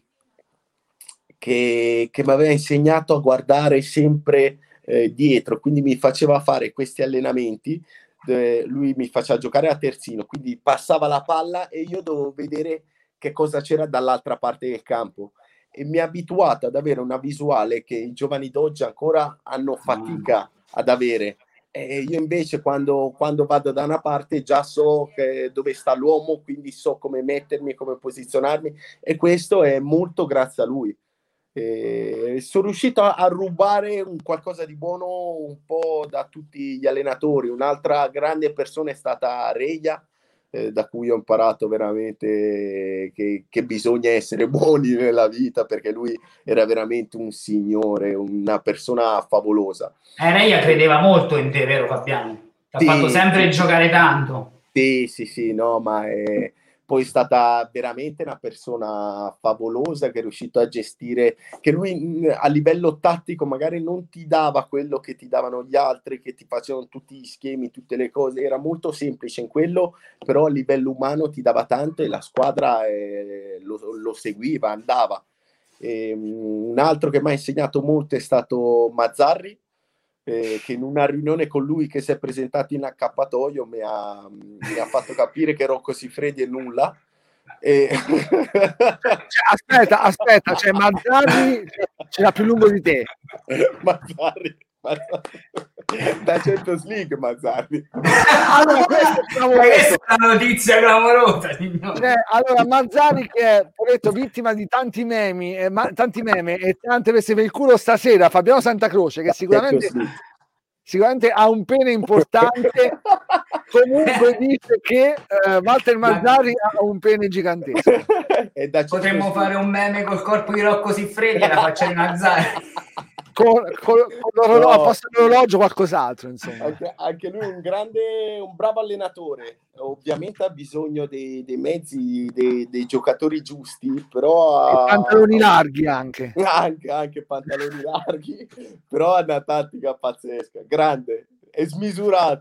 che, che mi aveva insegnato a guardare sempre eh, dietro, quindi mi faceva fare questi allenamenti. Lui mi faceva giocare a terzino, quindi passava la palla e io dovevo vedere che cosa c'era dall'altra parte del campo, e mi ha abituato ad avere una visuale che i giovani d'oggi ancora hanno fatica ad avere. E io invece quando, quando vado da una parte già so che dove sta l'uomo, quindi so come mettermi, come posizionarmi, e questo è molto grazie a lui. Eh, sono riuscito a, a rubare un qualcosa di buono un po' da tutti gli allenatori. Un'altra grande persona è stata Reia, eh, da cui ho imparato veramente che, che bisogna essere buoni nella vita, perché lui era veramente un signore, una persona favolosa. Eh, Reia credeva molto in te, vero Fabiano? Ti ha sì, fatto sempre sì. giocare tanto. Sì, sì, sì, no, ma è... poi è stata veramente una persona favolosa, che è riuscito a gestire, che lui a livello tattico magari non ti dava quello che ti davano gli altri, che ti facevano tutti gli schemi, tutte le cose, era molto semplice in quello, però a livello umano ti dava tanto e la squadra eh, lo, lo seguiva, andava. E, um, un altro che mi ha insegnato molto è stato Mazzarri, Eh, che in una riunione con lui che si è presentato in accappatoio mi ha, mi ha fatto capire che Rocco Siffredi è nulla. E... aspetta, aspetta, cioè Mazzarri ce l'ha più lungo di te. Mazzarri, Mazzarri. Da Champions League Mazzarri. Allora, questa è una notizia clamorosa, eh, allora Mazzarri, che è detto, vittima di tanti memi, eh, ma, tanti meme e tante prese per il culo stasera, Fabiano Santacroce, che sicuramente sicuramente ha un pene importante, comunque dice che eh, Walter Mazzarri ha un pene gigantesco. Potremmo fare un meme col corpo di Rocco Siffredi e la faccia di Mazzarri. Con, con, con l'orologio, no. Posso l'orologio, qualcos'altro, insomma. Anche, anche lui un grande, un bravo allenatore. Ovviamente ha bisogno dei, dei mezzi, dei, dei giocatori giusti, però ha... pantaloni larghi anche. anche anche pantaloni larghi, però ha una tattica pazzesca, grande e smisurato.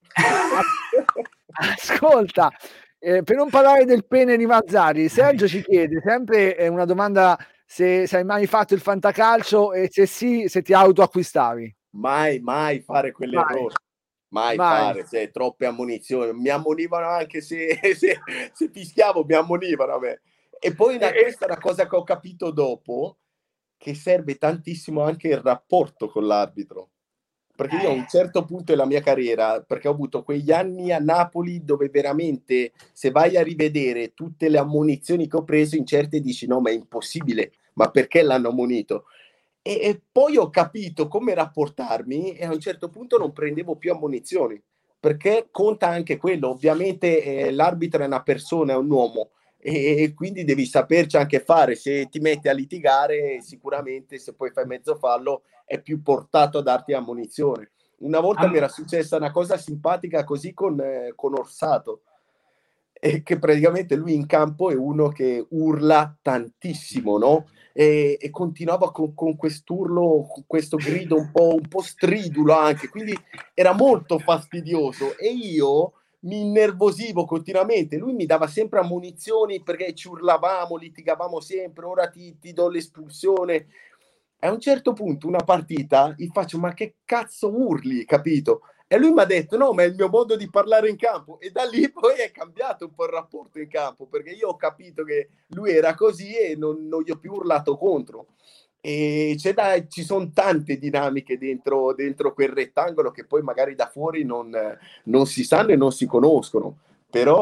Ascolta, eh, per non parlare del pene di Mazzarri, Sergio ci chiede sempre eh, una domanda: se, se hai mai fatto il fantacalcio e se sì, se ti autoacquistavi. Mai, mai fare quell'errore. Mai, mai fare, cioè, troppe ammonizioni. Mi ammonivano anche se, se, se fischiavo, mi ammonivano a me. E poi una, questa è una cosa che ho capito dopo, che serve tantissimo anche il rapporto con l'arbitro. Perché io a un certo punto della mia carriera, perché ho avuto quegli anni a Napoli dove veramente, se vai a rivedere tutte le ammonizioni che ho preso, in certe dici no, ma è impossibile, ma perché l'hanno ammonito? E, e poi ho capito come rapportarmi e a un certo punto non prendevo più ammonizioni, perché conta anche quello. Ovviamente eh, l'arbitro è una persona, è un uomo, e, e quindi devi saperci anche fare. Se ti metti a litigare, sicuramente se poi fai mezzo fallo è più portato a darti ammonizione. Una volta ah. mi era successa una cosa simpatica così con, eh, con Orsato, e che praticamente lui in campo è uno che urla tantissimo, no? E, e continuava con, con quest'urlo, con questo grido un po', un po' stridulo anche, quindi era molto fastidioso e io mi innervosivo continuamente. Lui mi dava sempre ammonizioni perché ci urlavamo, litigavamo sempre, ora ti, ti do l'espulsione. A un certo punto una partita gli faccio ma che cazzo urli, capito? E lui mi ha detto no, ma è il mio modo di parlare in campo, e da lì poi è cambiato un po' il rapporto in campo, perché io ho capito che lui era così e non, non gli ho più urlato contro. E c'è da, ci sono tante dinamiche dentro, dentro quel rettangolo che poi magari da fuori non, non si sanno e non si conoscono, però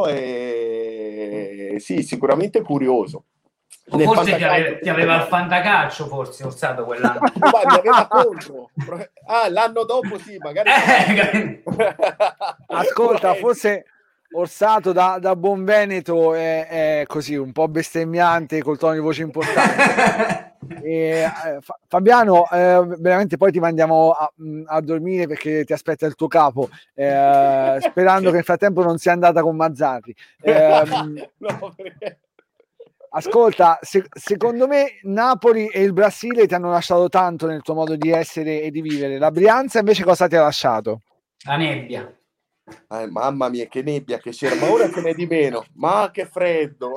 è, sì, sicuramente curioso. O forse ti aveva, ti aveva il fantacalcio, forse Orsato quell'anno. Ma mi aveva contro. Ah, l'anno dopo sì, magari. Eh, ascolta, forse Orsato da, da buon veneto è, è così un po' bestemmiante, col tono di voce importante. E, eh, Fabiano, eh, veramente poi ti mandiamo a, a dormire perché ti aspetta il tuo capo, eh, sperando che nel frattempo non sia andata con Mazzarri. Eh, no, perché... Ascolta, se, secondo me Napoli e il Brasile ti hanno lasciato tanto nel tuo modo di essere e di vivere. La Brianza invece cosa ti ha lasciato? La nebbia. Eh, mamma mia, che nebbia che c'era, ma ora ce n'è di meno. Ma che freddo!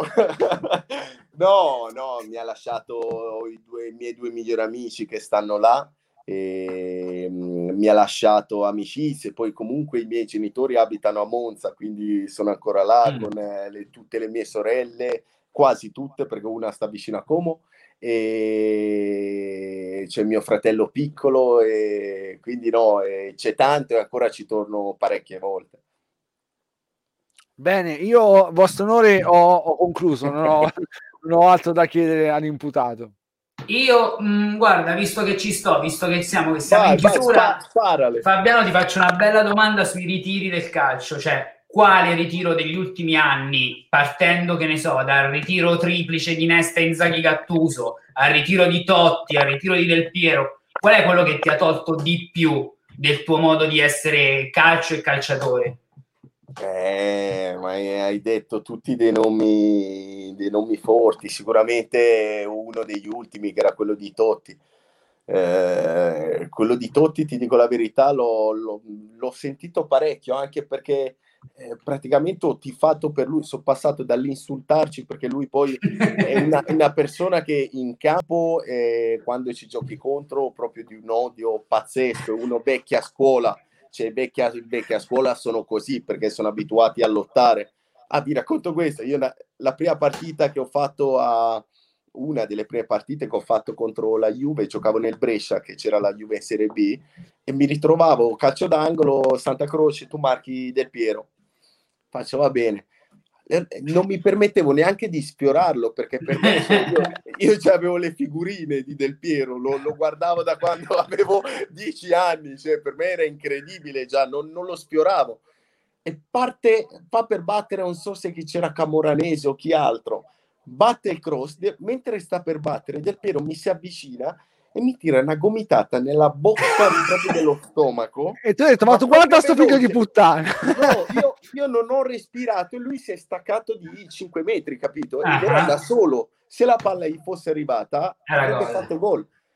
No, no, mi ha lasciato i, due, i miei due migliori amici che stanno là, e, um, mi ha lasciato amicizie, poi comunque i miei genitori abitano a Monza, quindi sono ancora là mm. con eh, le, tutte le mie sorelle, quasi tutte, perché una sta vicino a Como, e c'è mio fratello piccolo, e quindi no, e c'è tanto e ancora ci torno parecchie volte. Bene, io vostro onore ho, ho concluso, non ho, non ho altro da chiedere all'imputato. Io, mh, guarda, visto che ci sto, visto che siamo, che siamo vai, in chiusura, vai, Fabiano, ti faccio una bella domanda sui ritiri del calcio, cioè quale ritiro degli ultimi anni, partendo, che ne so, dal ritiro triplice di Nesta, Inzaghi, Gattuso, al ritiro di Totti, al ritiro di Del Piero, qual è quello che ti ha tolto di più del tuo modo di essere calcio e calciatore? Eh, ma hai detto tutti dei nomi, dei nomi forti, sicuramente uno degli ultimi che era quello di Totti. Eh, quello di Totti, ti dico la verità, l'ho, l'ho, l'ho sentito parecchio, anche perché eh, praticamente ho tifato per lui, sono passato dall'insultarci, perché lui poi è una, una persona che in campo, eh, quando ci giochi contro, proprio di un odio pazzesco, uno vecchio a scuola. Cioè, vecchi a, vecchi a scuola sono così perché sono abituati a lottare. Ah, vi racconto questo. Io la, la prima partita che ho fatto a una delle prime partite che ho fatto contro la Juve, giocavo nel Brescia, che c'era la Juve in Serie B, e mi ritrovavo calcio d'angolo, Santa Croce, tu marchi Del Piero. Faccio, va bene. Non mi permettevo neanche di sfiorarlo, perché per me, cioè, io, io già avevo le figurine di Del Piero, lo, lo guardavo da quando avevo dieci anni, cioè per me era incredibile, già non, non lo sfioravo. E parte, fa per battere, non so se chi c'era, Camoranesi o chi altro, batte il cross, de- mentre sta per battere Del Piero mi si avvicina e mi tira una gomitata nella bocca proprio dello stomaco. E tu hai detto, ma, ma tu guarda sto figlio di puttana. No, io, io non ho respirato e lui si è staccato di cinque metri, capito? Ed era da solo. Se la palla gli fosse arrivata, avrebbe fatto gol.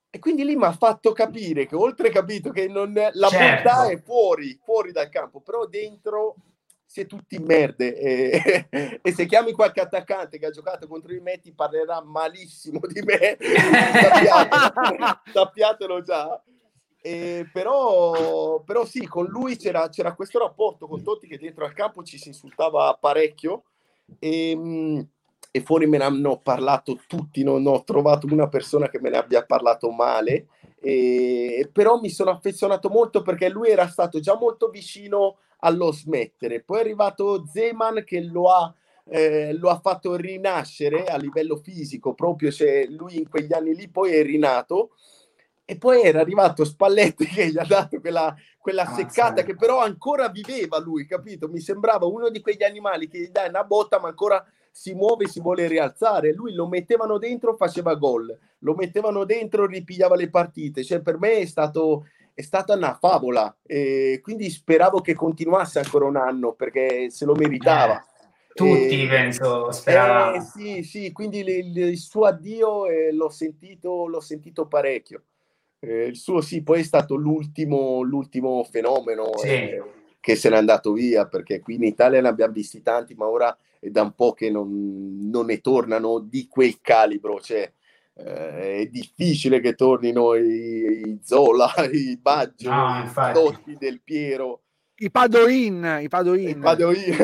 E quindi lì mi ha fatto capire che oltre capito che non è, la certo. bontà è fuori, fuori dal campo, però dentro si è tutti merde e, e se chiami qualche attaccante che ha giocato contro di me ti parlerà malissimo di me, sappiatelo, sappiatelo già. E però, però sì, con lui c'era, c'era questo rapporto con Totti che dentro al campo ci si insultava parecchio e, e fuori me ne hanno parlato tutti, non ho trovato una persona che me ne abbia parlato male, e, però mi sono affezionato molto perché lui era stato già molto vicino allo smettere, poi è arrivato Zeman che lo ha, eh, lo ha fatto rinascere a livello fisico, proprio cioè, lui in quegli anni lì poi è rinato. E poi era arrivato Spalletti che gli ha dato quella, quella ah, seccata, sì. Che però ancora viveva lui, capito? Mi sembrava uno di quegli animali che gli dai una botta ma ancora si muove e si vuole rialzare. Lui lo mettevano dentro, faceva gol. Lo mettevano dentro, ripigliava le partite. Cioè per me è stato... è stata una favola. E quindi speravo che continuasse ancora un anno perché se lo meritava. Eh, tutti, e, penso, speravamo. Eh, sì, sì, quindi le, le, il suo addio eh, l'ho sentito, l'ho sentito parecchio. Eh, il suo sì, poi è stato l'ultimo, l'ultimo fenomeno sì. eh, che se n'è andato via, perché qui in Italia ne abbiamo visti tanti, ma ora è da un po' che non, non ne tornano di quel calibro, cioè eh, è difficile che tornino i, i Zola, i Baggio, no, i Totti, Del Piero, i Padoin, i Padoin. I Padoin.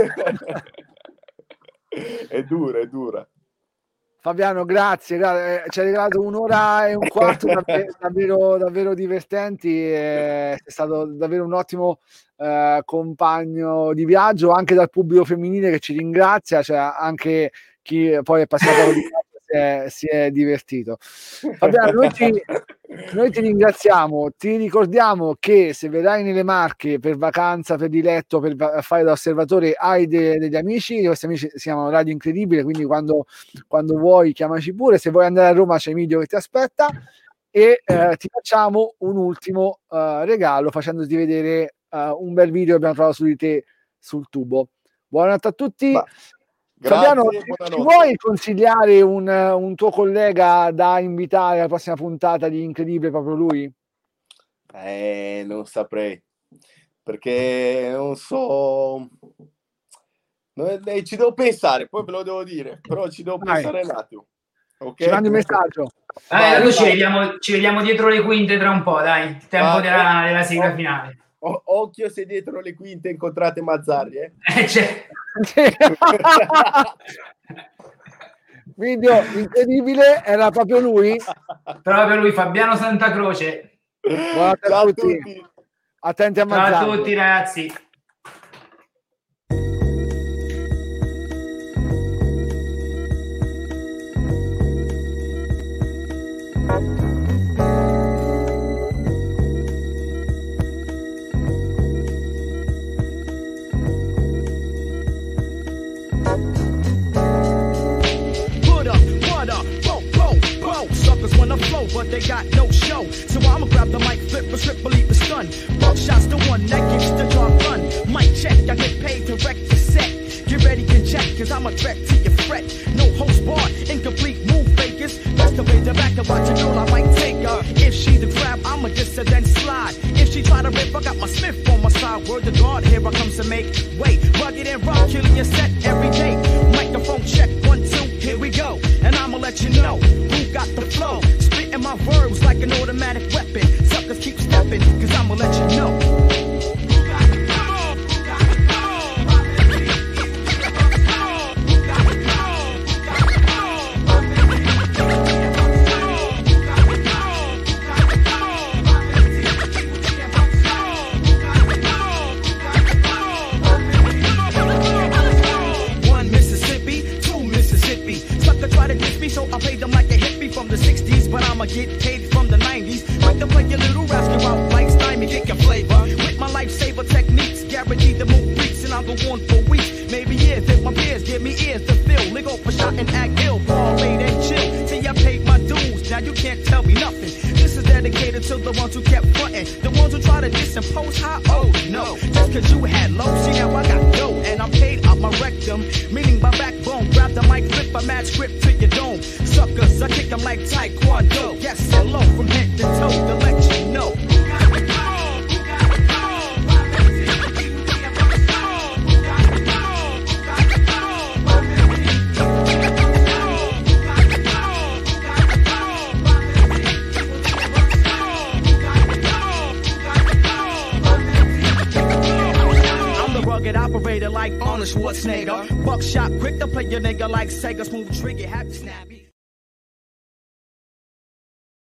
È dura, è dura. Fabiano, grazie, grazie. Ci hai regalato un'ora e un quarto davvero, davvero, davvero divertenti, è stato davvero un ottimo eh, compagno di viaggio, anche dal pubblico femminile che ci ringrazia, cioè anche chi poi è passato di si è, si è divertito. Fabiano, noi ti, noi ti ringraziamo, ti ricordiamo che se verrai nelle Marche per vacanza, per diletto, per fare da osservatore, hai de, degli amici, i nostri amici si chiamano Radio Incredibile, quindi quando, quando vuoi chiamaci pure, se vuoi andare a Roma c'è Emilio che ti aspetta e eh, ti facciamo un ultimo uh, regalo facendoti vedere uh, un bel video che abbiamo trovato su di te sul tubo. Buonanotte a tutti. Ma... Grazie, Fabiano, ci vuoi consigliare un, un tuo collega da invitare alla prossima puntata di Incredibile, proprio lui? Eh, non saprei, perché non so, ci devo pensare, poi ve lo devo dire, però ci devo Vai. pensare un attimo. Okay? Ci mandi un messaggio. Eh, allora ci vediamo, ci vediamo dietro le quinte tra un po', dai, tempo Vai. della, della sigla finale. O- occhio se dietro le quinte incontrate Mazzarri, eh? Eh, c'è. Video incredibile, era proprio lui, proprio lui, Fabiano Santacroce. Buonanotte a tutti. tutti, attenti a Mazzarri. Ciao a tutti ragazzi. But they got no show, so I'ma grab the mic, flip a strip, believe the stun. Both shots to one, that gets the job done. Mic check, I get paid to wreck the set. Get ready, get checked, cause I'm a threat to your fret. No host bar, incomplete move fakers. That's the way the back to watch a girl, I might take her. If she the grab, I'ma diss her, then slide. If she try to rip, I got my Smith on my side. Word to God, here I comes to make way. Rugged and rough, killing your set every day. Microphone check, one, two, here we go. And I'ma let you know who got the flow. Spitting my verbs like an automatic weapon. Suckers keep stepping, cause I'ma let you know. One Mississippi, two Mississippi. Sucker try to diss me, so I played them like a hippie from the sixties, but I'ma get paid from the nineties. Like to play your little rascal out like Stymie, get your flavor. With my lifesaver techniques, guaranteed to move freaks, and I'll go on for weeks, maybe years. If my peers give me ears to fill, lick off a shot and act ill, ball late and chill. See, I paid my dues, now you can't tell me nothing. This is dedicated to the ones who kept frontin', the ones who try to disimpose how oh no. Just cause you had low, see now I got dough, and I'm paid out my rectum, meaning my backbone. Grab grab the mic, flip a mad script to your dome. Suckers, I kick them like Taekwondo. Yes, hello, from head to toe to let you know. Rugged operator like Arnold Schwarzenegger. Buckshot quick to play your nigga like Sega. Smooth trigger, happy snappy.